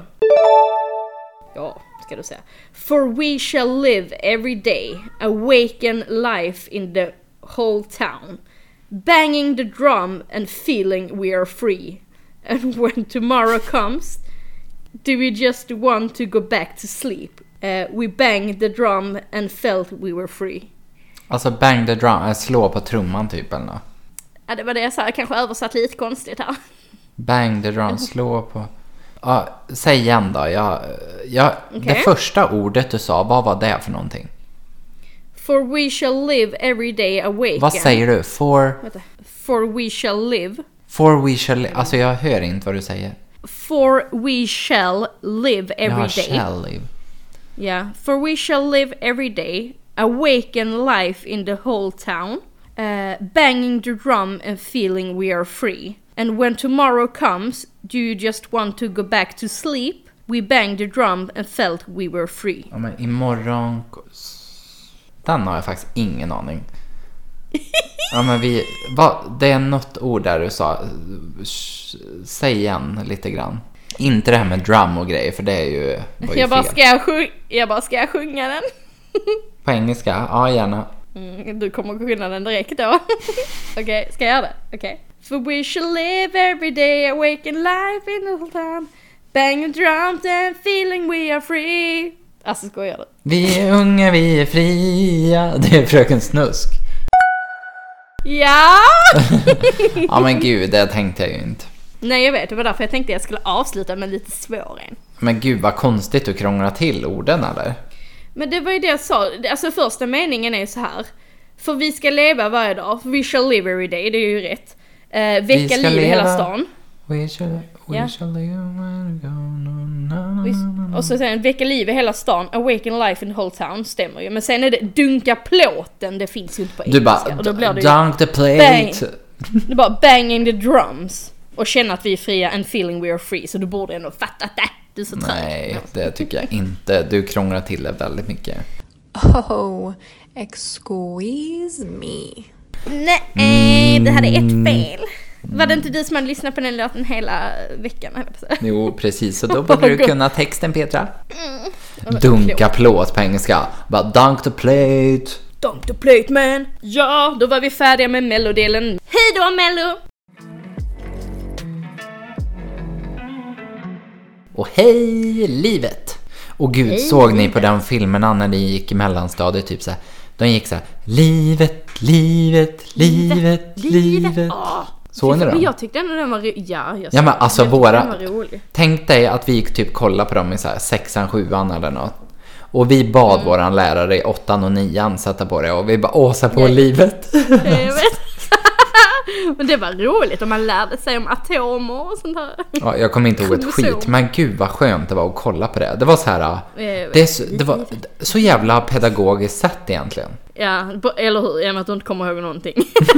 Ja, ska du säga. For we shall live every day, awaken life in the whole town, banging the drum and feeling we are free. And when tomorrow comes, do we just want to go back to sleep? We banged the drum and felt we were free. Alltså bang the drum, slå på trumman typ eller något. Ja, det var det jag sa. Jag kanske översatt lite konstigt här. Bang the drum, slå på... Ja, säg igen då. Det första ordet du sa, vad var det för någonting? For we shall live every day awaken. Vad säger du? For we shall live. For we shall... Alltså jag hör inte vad du säger. For we shall live every day. Shall live. Yeah. For we shall live every day, awaken life in the whole town, banging the drum and feeling we are free. And when tomorrow comes, do you just want to go back to sleep? We banged the drum and felt we were free. Ja, men imorgon... Den har jag faktiskt ingen aning. Ja, men det är något ord där du sa. Säg igen lite grann. Inte det här med drum och grejer, för det är ju... Jag bara, ska jag sjunga den? På engelska? Ja, gärna. Du kommer kunna den direkt då. Okej, ska jag göra det? Okej. For we shall live every day, awaken life in the whole town, bang drums and feeling we are free. Alltså, skojar du? Vi är unga, vi är fria. Det är Fröken Snusk. Ja! Ja, men gud, det tänkte jag ju inte. Nej, jag vet. Det var därför jag tänkte jag skulle avsluta med lite svår en. Men gud, vad konstigt du krånglar till orden, eller? Men det var ju det jag sa. Alltså, första meningen är så här. För vi ska leva varje dag. We shall live every day, det är ju rätt. Väcka liv i hela stan. We shall live and go, no. Och så sen väcka liv i hela stan, awaken life in the whole town, stämmer ju. Men sen är det dunka plåten, det finns ju inte på engelska. Du bara, och då blir det dunk the plate. Det är bara banging the drums och känna att vi är fria and feeling we are free. Så du borde ändå fatta det. Du är så trött. Nej, det tycker jag inte. Du krånglar till det väldigt mycket. Oh, excuse me. Nej, det hade ett fel. Var det inte du som hade lyssnat på den låten hela veckan? Jo, precis. Så då borde du kunna texten, Petra. Dunka plåt på engelska. Bara dunk the plate. Dunk the plate, man. Ja, då var vi färdiga med mellodelen. Hej då, Mello! Och hej, livet! Och gud, hej, såg ni livet. på den filmerna när ni gick i mellanstadiet? Typ så här, de gick så här, livet, livet, livet, livet. Såg ni Men dem? jag tyckte ändå den var Ja, men alltså den var våra... rolig. Tänk dig att vi gick typ kolla på dem i så här 6an, 7an eller något. Och vi bad våran lärare i 8an och 9an sätta på det. Och vi bara, åsa på livet. Jag vet. Men det var roligt om man lärde sig om atomer och sånt här. Ja, jag kommer inte ihåg ett skit. Men gud vad skönt det var att kolla på det. Det var så här... Det var så jävla pedagogiskt sätt egentligen. Ja, eller hur? I och med att du inte kommer ihåg någonting.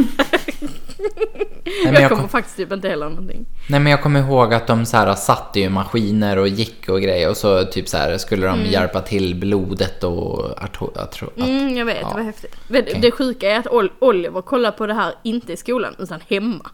Nej, jag kommer faktiskt typ inte heller någonting. Nej, men jag kommer ihåg att de så här satte ju maskiner och gick och grejer. Och så typ så här skulle de hjälpa till blodet och... jag vet, det var häftigt. Okay. Det sjuka är att Oliver kollar på det här inte i skolan utan hemma.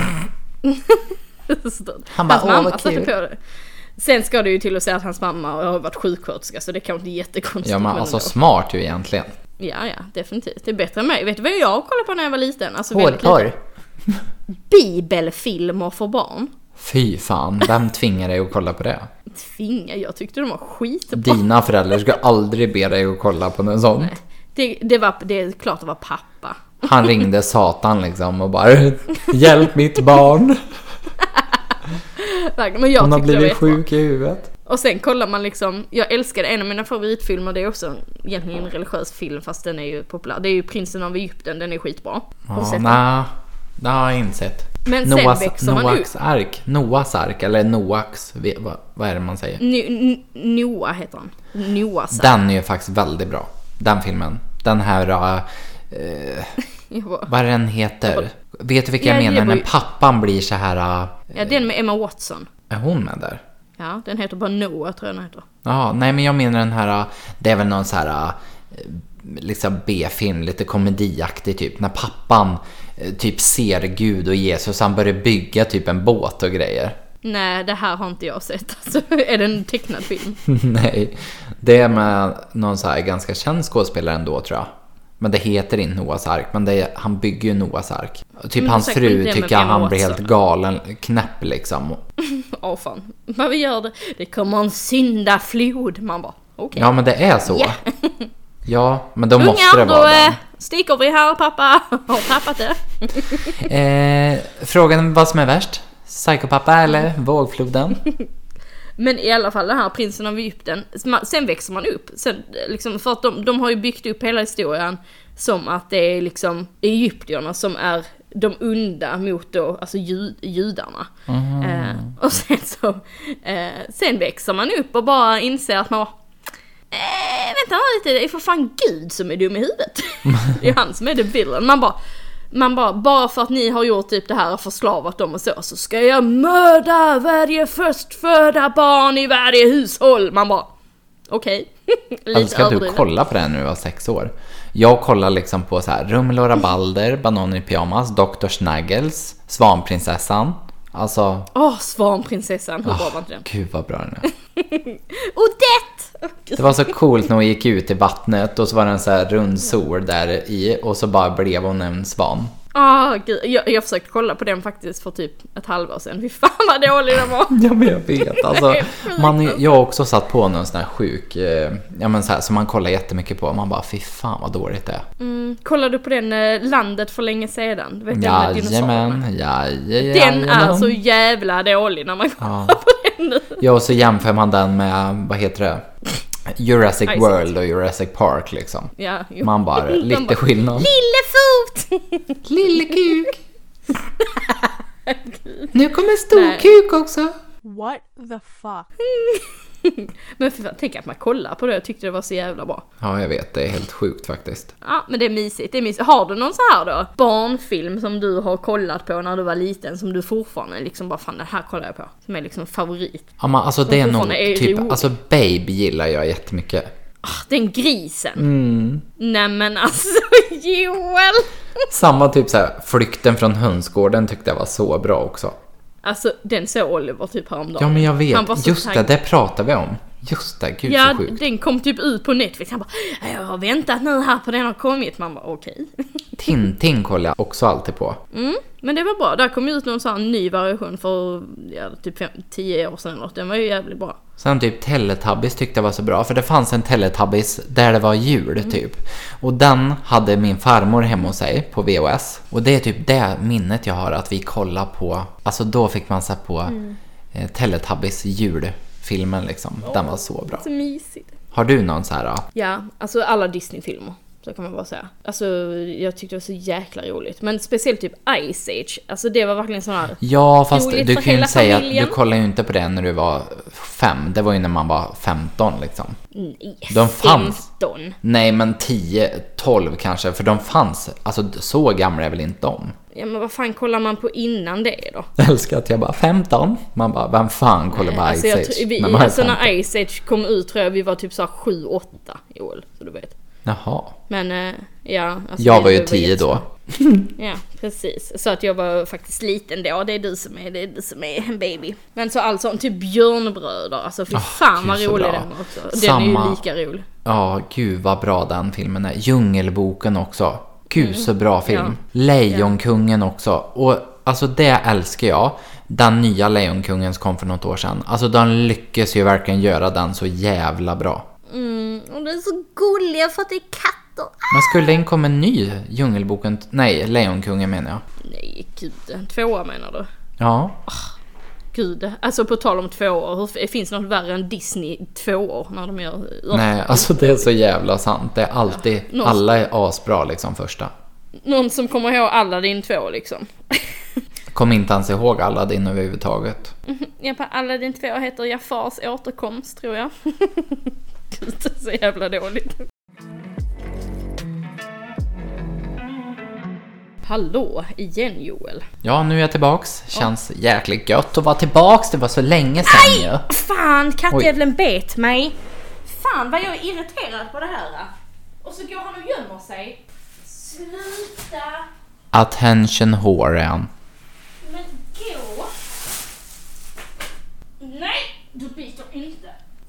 Han bara, hans mamma vad satte kul. på det. Sen ska det ju till att säga att hans mamma har varit sjuksköterska, så det kan inte jättekonstigt. Ja, men alltså smart ju egentligen. Ja, definitivt. Det är bättre än mig. Vet du vad jag kollade på när jag var liten? Alltså, Hårporr. Bibelfilmer för barn. Fy fan, vem tvingar dig att kolla på det? Jag tyckte de var skitbra. Dina föräldrar ska aldrig be dig att kolla på något sånt. Nej, det är klart det var pappa. Han ringde Satan liksom och bara, hjälp mitt barn. Men jag hon har tyckte blivit sjuk i huvudet. Och sen kollar man liksom, jag älskade en av mina favoritfilmer, det är också egentligen en religiös film fast den är ju populär. Det är ju Prinsen av Egypten, den är skitbra. Ja, det har jag insett. Men sen växer man ut. Noahs ark, eller Noaks, vad är det man säger? Noah heter han. Noahs ark. Den är ju faktiskt väldigt bra, den filmen. Den här, vad den heter? Vet du vilka jag menar? När pappan blir så här... Ja, den med Emma Watson. Är hon med där? Ja, den heter bara Noah, tror jag den heter. Ja, nej men jag menar den här, det är väl någon så här liksom B-film, lite komediaktig typ, när pappan typ ser Gud och Jesus, han börjar bygga typ en båt och grejer. Nej, det här har inte jag sett. Alltså, är det en tecknad film? Nej, det är med någon så här ganska känd skådespelare ändå, tror jag. Men det heter inte Noahs ark, men han bygger ju Noahs ark. Typ hans fru tycker han blir helt galen, knäpp liksom. Fan. Vad vi gör det? Det kommer en syndaflod. Man bara, okej. Ja, men det är så. Yeah. Ja, men då måste det vara den. Sticker vi här, pappa. Har tappat det. Frågan vad som är värst? Psykopappa eller vågfloden? Men i alla fall den här Prinsen av Egypten, sen växer man upp. Sen, liksom, för att de har ju byggt upp hela historien som att det är liksom egyptierna som är de onda mot då, alltså judarna. Och sen växer man upp och bara inser att man vänta lite, det är för fan Gud som är dum i huvudet. Det är han som är the villain. Man bara för att ni har gjort typ det här och förslavat dem och så ska jag mörda varje förstfödda barn i varje hushåll. Man bara, okej. Alltså ska du kolla på det när du var 6 år? Jag kollar liksom på så här Rummel och Rabalder, Bananer i pyjamas, Dr. Snuggles, Svanprinsessan. Alltså... Svanprinsessan, hur bra var inte den? Gud vad bra den är. Odette! Det var så coolt när hon gick ut i vattnet och så var det en så här rund sol där i och så bara blev hon en svan. Gud. Jag försökte kolla på den faktiskt för typ ett halvår sedan. Fy fan vad dålig den var. Ja, men jag vet. Alltså, jag har också satt på någon sån här sjuk... ja, men så här, som man kollar jättemycket på. Man bara, fy fan vad dåligt det är. Kollar du på den Landet för länge sedan? Du vet, jajamän. Den är så jävla dålig när man kollar på den nu. Ja, och så jämför man den med, vad heter det? Jurassic World och Jurassic Park liksom. Ja, man bara, lite skillnad. Lillefot! Lille kuk. Nu kommer stor kuk också. What the fuck? Men tänk att man kollar på det, jag tyckte det var så jävla bra. Ja, jag vet, det är helt sjukt faktiskt. Ja, men det är mysigt. Har du någon så här då barnfilm som du har kollat på när du var liten som du fortfarande liksom bara, fan, den här kollar jag på, som är liksom favorit? Ja, men alltså som det är nog typ, rolig. alltså Babe gillar jag jättemycket. Den grisen. Nej men alltså, Joel. Samma typ så här, Flykten från hönsgården tyckte jag var så bra också. Alltså, den såg Oliver typ häromdagen. Ja, men jag vet. Just taggad. det pratar vi om. Just det, gud så sjukt. Den kom typ ut på Netflix. Han bara, jag har väntat nu här på den har kommit. Man bara, okej. Tintin kollar jag också alltid på. Men det var bra. Där kom ut någon sån ny variation för typ 10 år sedan. Den var ju jävligt bra. Sen typ Teletubbies tyckte jag var så bra. För det fanns en Teletubbies där det var jul typ. Och den hade min farmor hemma hos sig på VHS. Och det är typ det minnet jag har att vi kollar på. Alltså då fick man se på Teletubbies julfilmen liksom. Den var så bra. Så mysigt. Har du någon så här? Ja, alltså alla Disney-filmer. Så kan man bara säga. Alltså jag tyckte det var så jäkla roligt. Men speciellt typ Ice Age. Alltså det var verkligen sån här. Ja, fast du kan ju inte säga familjen. att du kollade ju inte på det när du var 5. Det var ju när man var 15 liksom. Nej, De fanns. 15. Nej, men 10, 12 kanske. För de fanns. Alltså så gamla är väl inte de. Ja, men vad fan kollar man på innan det då? Jag älskar att jag bara 15. Man bara, vem fan kollar på alltså, Ice Age? När Ice Age kom ut tror jag vi var typ så 7-8 i år. Så du vet. Jaha. Men ja, alltså jag var ju 10 då. Ja, precis. Så att jag var faktiskt liten då. Det är du som är en baby. Men så alltså typ Björnbröder. Alltså för fan vad rolig den var också. Den är ju lika rolig. Ja, gud vad bra den filmen är. Djungelboken också. Gud så bra film. Ja. Lejonkungen också. Och alltså det älskar jag. Den nya Lejonkungen som kom för något år sedan. Alltså den lyckas ju verkligen göra den så jävla bra. Och det är så gulliga för att det är katter. Men skulle det komma en ny Djungelboken? Nej, Lejonkungen menar jag. Nej, gud. 2 menar du? Ja. Gud, alltså på tal om 2 år. Finns något värre än Disney 2 år när de gör? Nej, alltså det är så jävla sant. Det är alltid, alla är asbra liksom första. Någon som kommer ihåg Aladdin 2 liksom. Kom inte ens ihåg Aladdin överhuvudtaget. Ja, på Aladdin 2 heter Jafars återkomst tror jag. Gud, det är så jävla dåligt. Hallå igen Joel. Ja, nu är jag tillbaks. Känns jäkligt gött att vara tillbaks. Det var så länge sedan ju. Nej! Fan, kattjävlen bet mig. Fan, vad jag är irriterad på det här. Och så går han och gömmer sig. Sluta. Attention whoren. Men gå. Nej, du biter inte.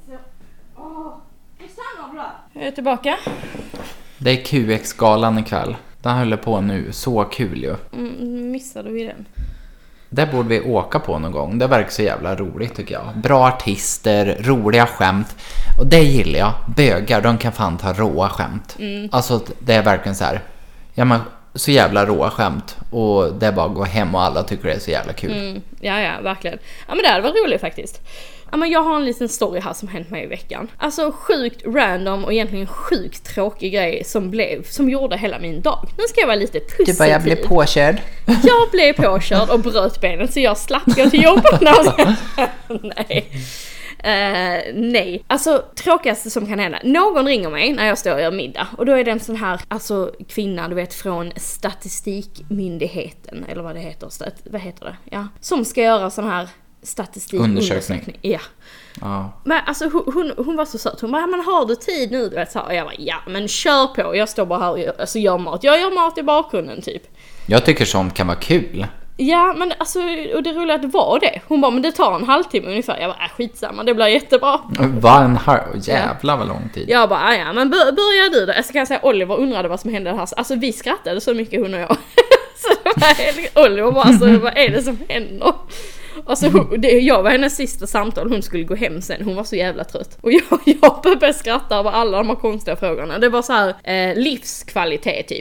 Vi stannar blå. Jag är tillbaka. Det är QX-galan ikväll. Den håller på nu. Så kul ju. Missade vi den? Det borde vi åka på någon gång. Det verkar så jävla roligt tycker jag. Bra artister, roliga skämt. Och det gillar jag. Bögar, de kan fan ta råa skämt. Alltså det är verkligen så här. Ja, men så jävla råa skämt. Och det är bara att gå hem och alla tycker det är så jävla kul. Ja, verkligen. Ja, men det här var roligt faktiskt. Ja, men jag har en liten story här som hänt mig i veckan. Alltså sjukt random och egentligen sjukt tråkig grej som gjorde hela min dag. Nu ska jag vara lite positiv. Du bara, jag blev påkörd. Jag blev påkörd och bröt benet så jag slapp gå till jobbet. Nej. Nej, alltså tråkigaste som kan hända. Någon ringer mig när jag står och gör middag. Och då är det en sån här, alltså kvinna, du vet, från statistikmyndigheten. Eller vad det heter, vad heter det? Ja, som ska göra sån här statistikundersökning. Ja. Men alltså hon var så söt. Hon bara, men har du tid nu? Du vet, så här. Och jag bara, ja men kör på. Jag står bara här och gör mat. Jag gör mat i bakgrunden typ. Jag tycker sånt kan vara kul. Ja, men alltså, och det roliga var det. Hon bara, men det tar en halvtimme ungefär. Jag bara, skitsamma, det blir jättebra. Jävla vad lång tid. Jag bara, ja, men börjar du då? Jag kan säga, Oliver undrade vad som hände här. Alltså vi skrattade så mycket, hon och jag. Så Oliver bara, alltså, vad är det som händer? Alltså, jag var hennes sista samtal, hon skulle gå hem sen. Hon var så jävla trött. Och jag började skratta över alla de här konstiga frågorna. Det var så här livskvalitet typ.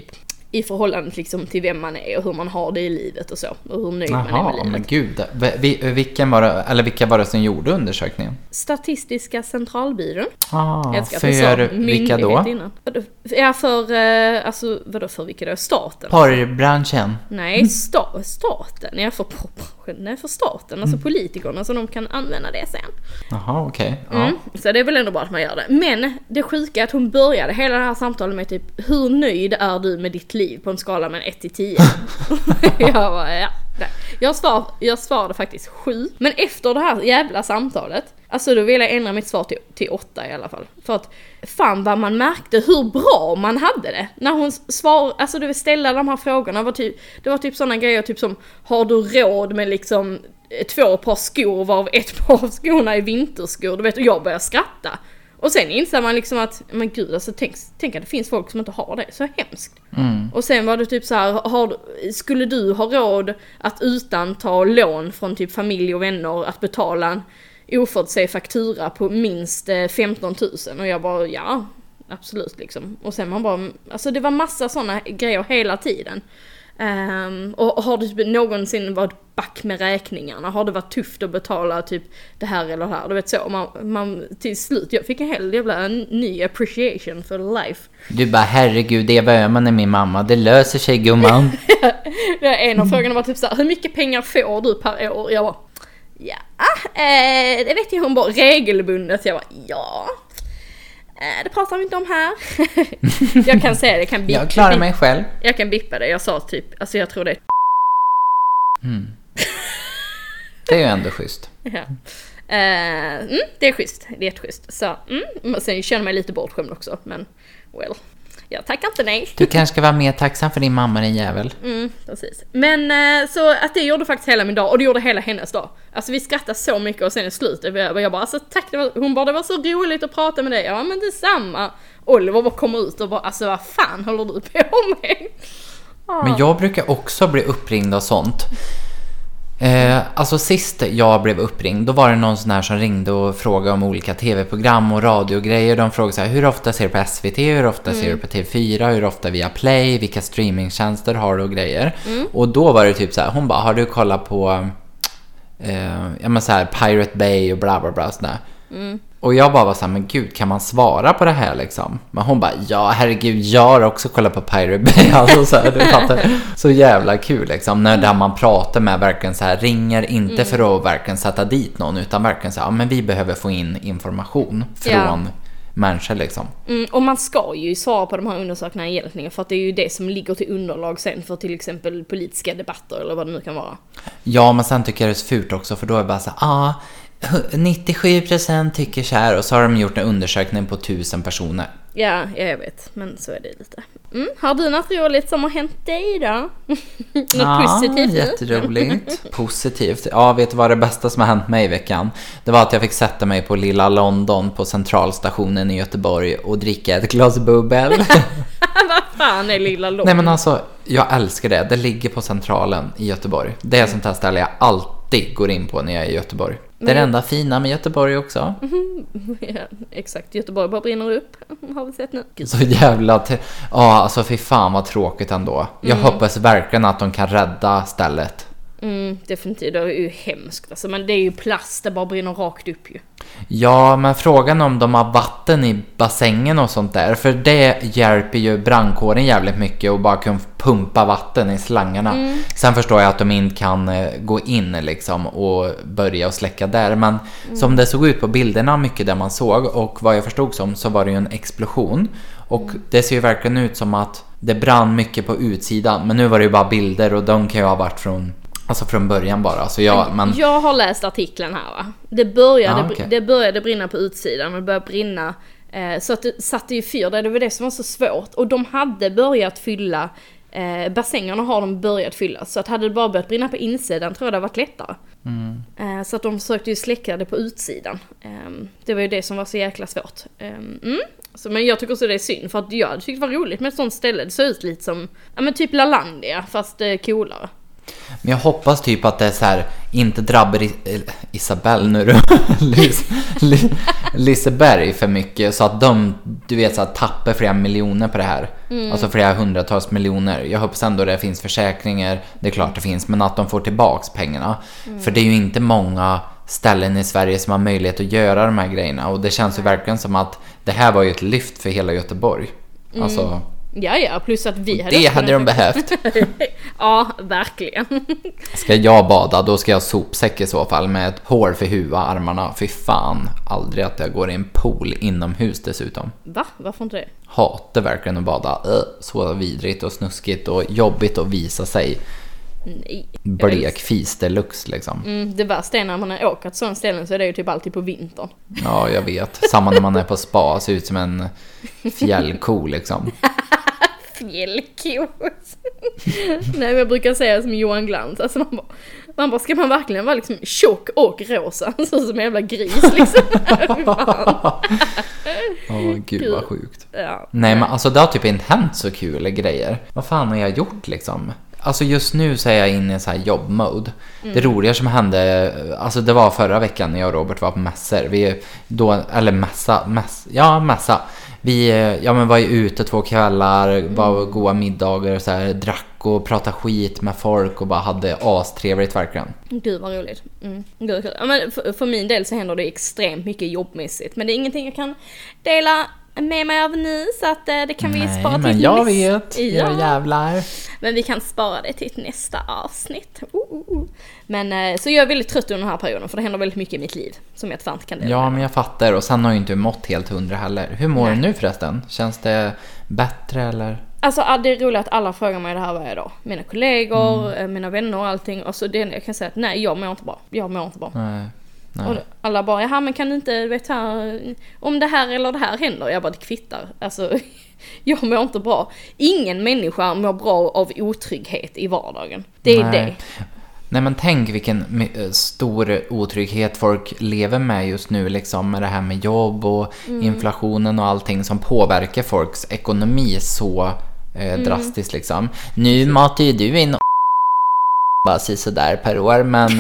i förhållande liksom till vem man är och hur man har det i livet och så. Och hur nöjd man är med livet. Men gud. Vilka var det som gjorde undersökningen? Statistiska centralbyrån. För vilka då? Ja, för, alltså, vadå för vilka då? Staten? Porrbranschen? Nej, staten. Ja, för staten. Alltså politikerna, så de kan använda det sen. Jaha, okej. Ja. Så det är väl ändå bra att man gör det. Men det sjuka är att hon började hela det här samtalet med typ, hur nöjd är du med ditt liv på en skala med 1 till 10? Jag bara, ja. Jag svarade faktiskt 7. Men efter det här jävla samtalet, alltså då vill jag ändra mitt svar till 8 i alla fall. För att fan vad man märkte hur bra man hade det. När hon alltså du vill ställa de här frågorna, det var typ sådana grejer typ som, har du råd med liksom 2 par skor varav 1 par av skorna är vinterskor? Du vet, och jag börjar skratta. Och sen inser man liksom att, men gud, alltså tänk att det finns folk som inte har det. Så hemskt. Och sen var det typ så här, skulle du ha råd att utan ta lån från typ familj och vänner att betala en oförutsedd faktura på minst 15 000? Och jag bara, ja, absolut liksom. Och sen man bara, alltså det var massa sådana grejer hela tiden. Och har du någonsin varit back med räkningarna? Har det varit tufft att betala typ det här eller det här? Du vet så, man till slut, jag fick en hel jävla ny appreciation for life. Du bara, herregud, det var man är min mamma, det löser sig gumman. En av frågorna var typ så här, hur mycket pengar får du per år? Jag bara, ja, det vet jag, hon bara regelbundet. Jag bara, ja, det pratar vi inte om här. Jag kan säga det, jag klarar mig själv. Jag kan bippa det, jag sa typ, alltså jag tror det. Det är ju ändå schysst. Ja. Det är schysst, det är jätteschysst. Så, sen känner jag mig lite bortskämd också, men well, jag tackar inte nej. Du kanske ska vara mer tacksam för din mamma, din jävel. Precis. Men så att det gjorde faktiskt hela min dag, och det gjorde hela hennes dag. Alltså vi skrattade så mycket, och sen i slutet jag bara, alltså tack, hon bara, det var så roligt att prata med dig. Ja, men detsamma. Oliver bara kommer ut och bara, alltså vad fan håller du på med? Men jag brukar också bli uppringd av sånt. Alltså sist jag blev uppringd, då var det någon sån här som ringde och frågade om olika tv-program och radiogrejer. De frågade så här, hur ofta ser du på SVT, hur ofta ser du på TV4, hur ofta via Play, vilka streamingtjänster har du och grejer. Och då var det typ så här, hon bara, har du kollat på så här, Pirate Bay och bla bla bla sådär. Och jag bara var så här, men gud, kan man svara på det här liksom? Men hon bara, ja herregud, jag har också kollat på Pirate Bay. Alltså så här, du fattar. Så jävla kul liksom, när där man pratar med verkligen så här, ringer inte för att verkligen sätta dit någon, utan verkligen så här, men vi behöver få in information från människor liksom. Och man ska ju svara på de här undersökningarna egentligen, för att det är ju det som ligger till underlag sen för till exempel politiska debatter eller vad det nu kan vara. Ja, men sen tycker jag det är så fult också, för då är det bara så här, 97% tycker så här, och så har de gjort en undersökning på 1000 personer. Ja, jag vet, men så är det lite. Har du något roligt som har hänt dig då? Något positivt? Jätteroligt. Positivt. Ja, vet du vad det bästa som har hänt mig i veckan? Det var att jag fick sätta mig på Lilla London på centralstationen i Göteborg och dricka ett glas bubbel. Vad fan är Lilla London? Nej, men alltså, jag älskar det. Det ligger på centralen i Göteborg. Det är sånt här ställe jag alltid går in på när jag är i Göteborg. Det är det enda fina med Göteborg också. Ja, exakt. Göteborg bara brinner upp. Har vi sett nu. Så jävla... alltså fy fan vad tråkigt ändå. Jag hoppas verkligen att de kan rädda stället. Definitivt. Det är ju hemskt. Alltså, men det är ju plast. Det bara brinner rakt upp ju. Ja, men frågan om de har vatten i bassängen och sånt där. För det hjälper ju brandkåren jävligt mycket och bara kunna pumpa vatten i slangarna. Sen förstår jag att de inte kan gå in liksom och börja och släcka där. Men som det såg ut på bilderna, mycket där man såg, och vad jag förstod som, så var det ju en explosion. Och det ser ju verkligen ut som att det brann mycket på utsidan. Men nu var det ju bara bilder, och de kan ju ha varit från början bara. Så jag har läst artikeln här, va? Det började brinna på utsidan, och det började brinna så att det satte ju fyr där. Det var det som var så svårt. Och de hade börjat fylla bassängerna, har de börjat fylla. Så att hade det bara börjat brinna på insidan, tror jag det hade varit lättare. Så att de försökte ju släcka det på utsidan. Det var ju det som var så jäkla svårt. Men jag tycker också det är synd, för att jag tyckte det var roligt med ett sånt ställe. Det såg ut lite som, ja men typ LaLandia, fast coolare. Men jag hoppas typ att det är så här, inte drabbar Isabelle nu då, Liseberg för mycket, så att de, du vet, så att tappar flera miljoner på det här. Alltså flera hundratals miljoner. Jag hoppas ändå det finns försäkringar, det är klart det finns, men att de får tillbaks pengarna. För det är ju inte många ställen i Sverige som har möjlighet att göra de här grejerna, och det känns ju verkligen som att det här var ju ett lyft för hela Göteborg. Alltså Ja, plus att vi hade de behövt. Ja, verkligen. Ska jag bada, då ska jag sopsäck i så fall med ett hår för huvudet, armarna. Fy fan, aldrig att jag går i en pool inomhus dessutom. Va? Varför inte det? Hatar verkligen att bada. Så vidrigt och snuskigt och jobbigt att visa sig. Nej. Blekfis deluxe liksom. Det värsta är när man har åkat sån ställen, så är det ju typ alltid på vintern. Ja, jag vet. Samma när man är på spa, ser ut som en fjällko liksom. Fjällko. Nej, men jag brukar säga som Johan Glans, alltså man bara, ska man verkligen vara liksom tjock och rosa, så som en jävla gris liksom. Gud vad sjukt. Ja. Nej, men alltså det har typ inte hänt så kul grejer. Vad fan har jag gjort liksom? Alltså just nu så är jag inne i så här jobbmode. Det roliga som hände, alltså det var förra veckan när jag och Robert var på mässor. Mässa. Vi var ju ute 2 kvällar, var goda middagar och så här, drack och pratade skit med folk och bara hade astrevligt verkligen. Gud vad roligt. Gud, ja, men för min del så händer det extremt mycket jobbmässigt, men det är ingenting jag kan dela med mig av nu, så att det kan vi spara till men jag vet, jag jävlar. Men vi kan spara det till nästa avsnitt. Men så jag är väldigt trött under den här perioden, för det händer väldigt mycket i mitt liv som jag inte kan dela. Ja, men jag fattar, och sen har ju inte mått helt 100 heller. Hur mår du nu förresten? Känns det bättre eller? Alltså det är roligt att alla frågar mig det här varje dag. Mina kollegor, mina vänner och allting. Och så det jag kan säga att nej, jag mår inte bra. Nej. Och alla bara, jaha, men kan du inte, vet här, om det här eller det här händer? Jag bara, det kvittar. Alltså, jag mår inte bra. Ingen människa mår bra av otrygghet i vardagen. Det är det. Nej, men tänk vilken stor otrygghet folk lever med just nu liksom, med det här med jobb och inflationen och allting som påverkar folks ekonomi så drastiskt liksom. Nu matar ju du in bara så där per år, men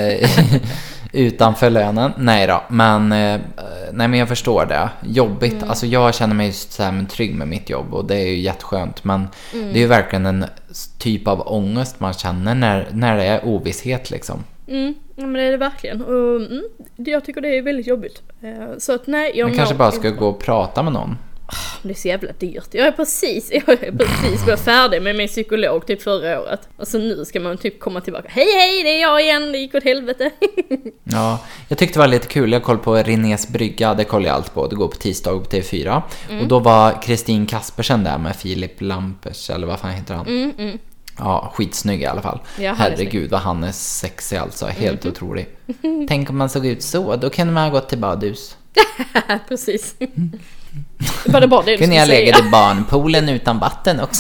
utanför lönen. Nej då, men jag förstår det. Jobbigt. Alltså jag känner mig just så här trygg med mitt jobb, och det är ju jätteskönt, men det är ju verkligen en typ av ångest man känner när det är ovisshet liksom. Men det är det verkligen. Och jag tycker det är väldigt jobbigt. Så att nej, man kanske bara ska gå och prata med någon. Det är så jävla dyrt. Jag är precis blivit färdig med min psykolog typ förra året. Och så nu ska man typ komma tillbaka. Hej, det är jag igen. Det gick åt helvete. Ja, jag tyckte det var lite kul. Jag kollade på Renés brygga. Det kollar jag allt på. Det går på tisdag på TV4. Och då var Kristin Kaspersen där med Filip Lampers. Eller vad fan heter han? Ja, skitsnygg i alla fall. Ja, herregud vad han är sexig alltså. Helt otrolig. Tänk om man såg ut så. Då kunde man ha gått till badhus. Precis. Var det bara det kunde jag lägga i barnpoolen utan vatten också?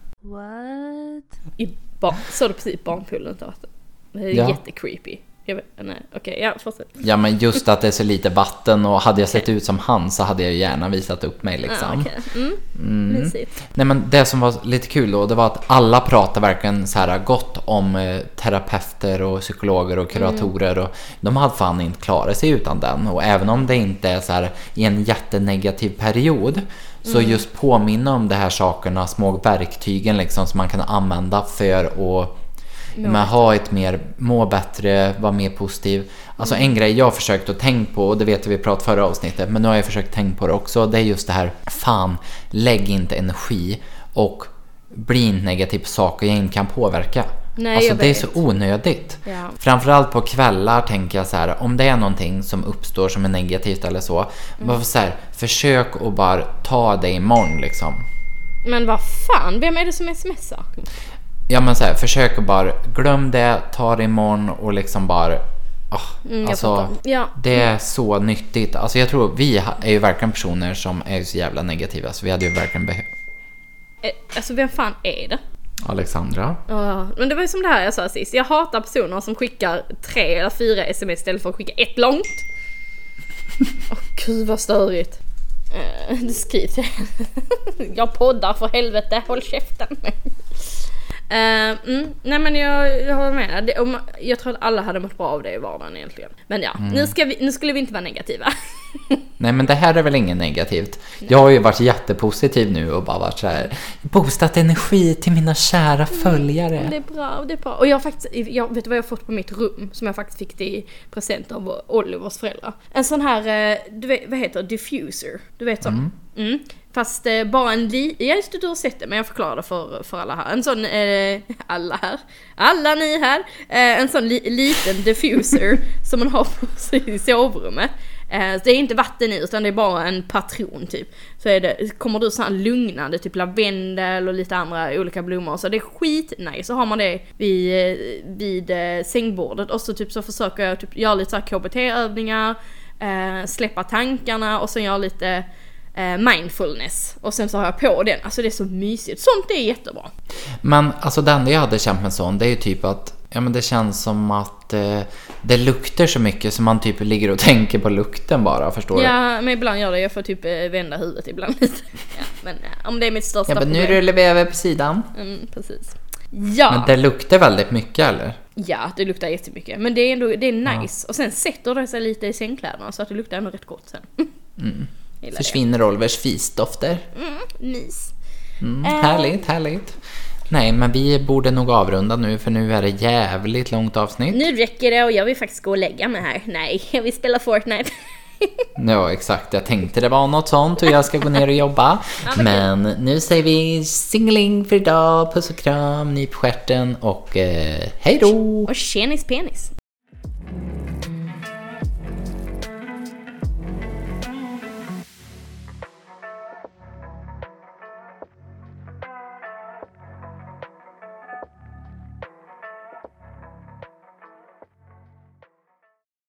What? Så du precis barnpoolen utan vatten? Det är jättecreepy. Fortsätt. Ja, men just att det är så lite vatten, och hade jag sett ut som han så hade jag gärna visat upp mig liksom. Nej, men det som var lite kul då, det var att alla pratade verkligen så här gott om terapeuter och psykologer och kuratorer, och de hade fan inte klarat sig utan den. Och även om det inte är så här i en jättenegativ period, så just påminna om de här sakerna, små verktygen liksom, som man kan använda för att ha ett mer, må bättre, vara mer positiv. Alltså en grej jag har försökt att tänka på, och det vet vi pratade förra avsnittet, men nu har jag försökt tänka på det också, det är just det här, fan, lägg inte energi och bli inte negativ på saker jag inte kan påverka. Nej, alltså det är så onödigt. Framförallt på kvällar tänker jag så här, om det är någonting som uppstår som är negativt eller så, bara så här, försök att bara ta det imorgon liksom. Men vad fan, vem är det som smsar? Ja, men så här, försök att bara glöm det, ta det imorgon och liksom bara alltså, det är så nyttigt. Alltså jag tror vi är ju verkligen personer som är så jävla negativa, så vi hade ju verkligen behövt. Alltså vem fan är det? Alexandra. Men det var ju som det här jag sa sist. Jag hatar personer som skickar 3 eller 4 sms istället för att skicka ett långt. Gud vad störigt. Det skrivs jag poddar för helvete, håll käften. Nej men jag håller med. Jag tror att alla hade mått bra av det i vardagen egentligen. Men ja, nu skulle vi inte vara negativa. Nej, men det här är väl inget negativt. Jag har ju varit jättepositiv nu och bara varit så här, boostat energi till mina kära följare. Det är bra. Och jag vet du vad jag har fått på mitt rum som jag faktiskt fick i present av Olivers föräldrar. En sån här, du vet, vad heter diffuser? Du vet så. Fast bara just det, du har sett det, men jag förklarar det för alla här. En sån, alla ni här, en sån liten diffuser som man har på sig i sovrummet. Det är inte vatten i, utan det är bara en patron typ. Så kommer du sån här lugnande, typ lavendel och lite andra olika blommor. Så det är skitnice. Så har man det vid sängbordet. Och så typ så försöker jag typ göra lite så här KBT-övningar, släppa tankarna och sen göra lite mindfulness. Och sen så har jag på den. Alltså det är så mysigt. Sånt är jättebra. Men alltså det enda jag hade känt med sån, det är ju typ att men det känns som att det luktar så mycket som man typ ligger och tänker på lukten bara, förstår du? Ja, men ibland gör det. Jag får typ vända huvudet ibland lite. Ja, men om det är mitt största problem. problem. Nu rullar vi över på sidan. Precis. Ja. Men det luktar väldigt mycket, eller? Ja, det luktar jättemycket. Men det är nice. Och sen sätter det sig lite i sängkläderna så att det luktar ändå rätt gott sen. Försvinner Olivers fisdofter. Mys. Härligt. Nej, men vi borde nog avrunda nu, för nu är det jävligt långt avsnitt. Nu räcker det och jag vill faktiskt gå och lägga mig här. Nej, jag vill spela Fortnite. Ja, exakt. Jag tänkte det var något sånt och jag ska gå ner och jobba. Men nu säger vi singling för idag. Puss och kram, nyp stjärten och hej då! Och tjenis penis.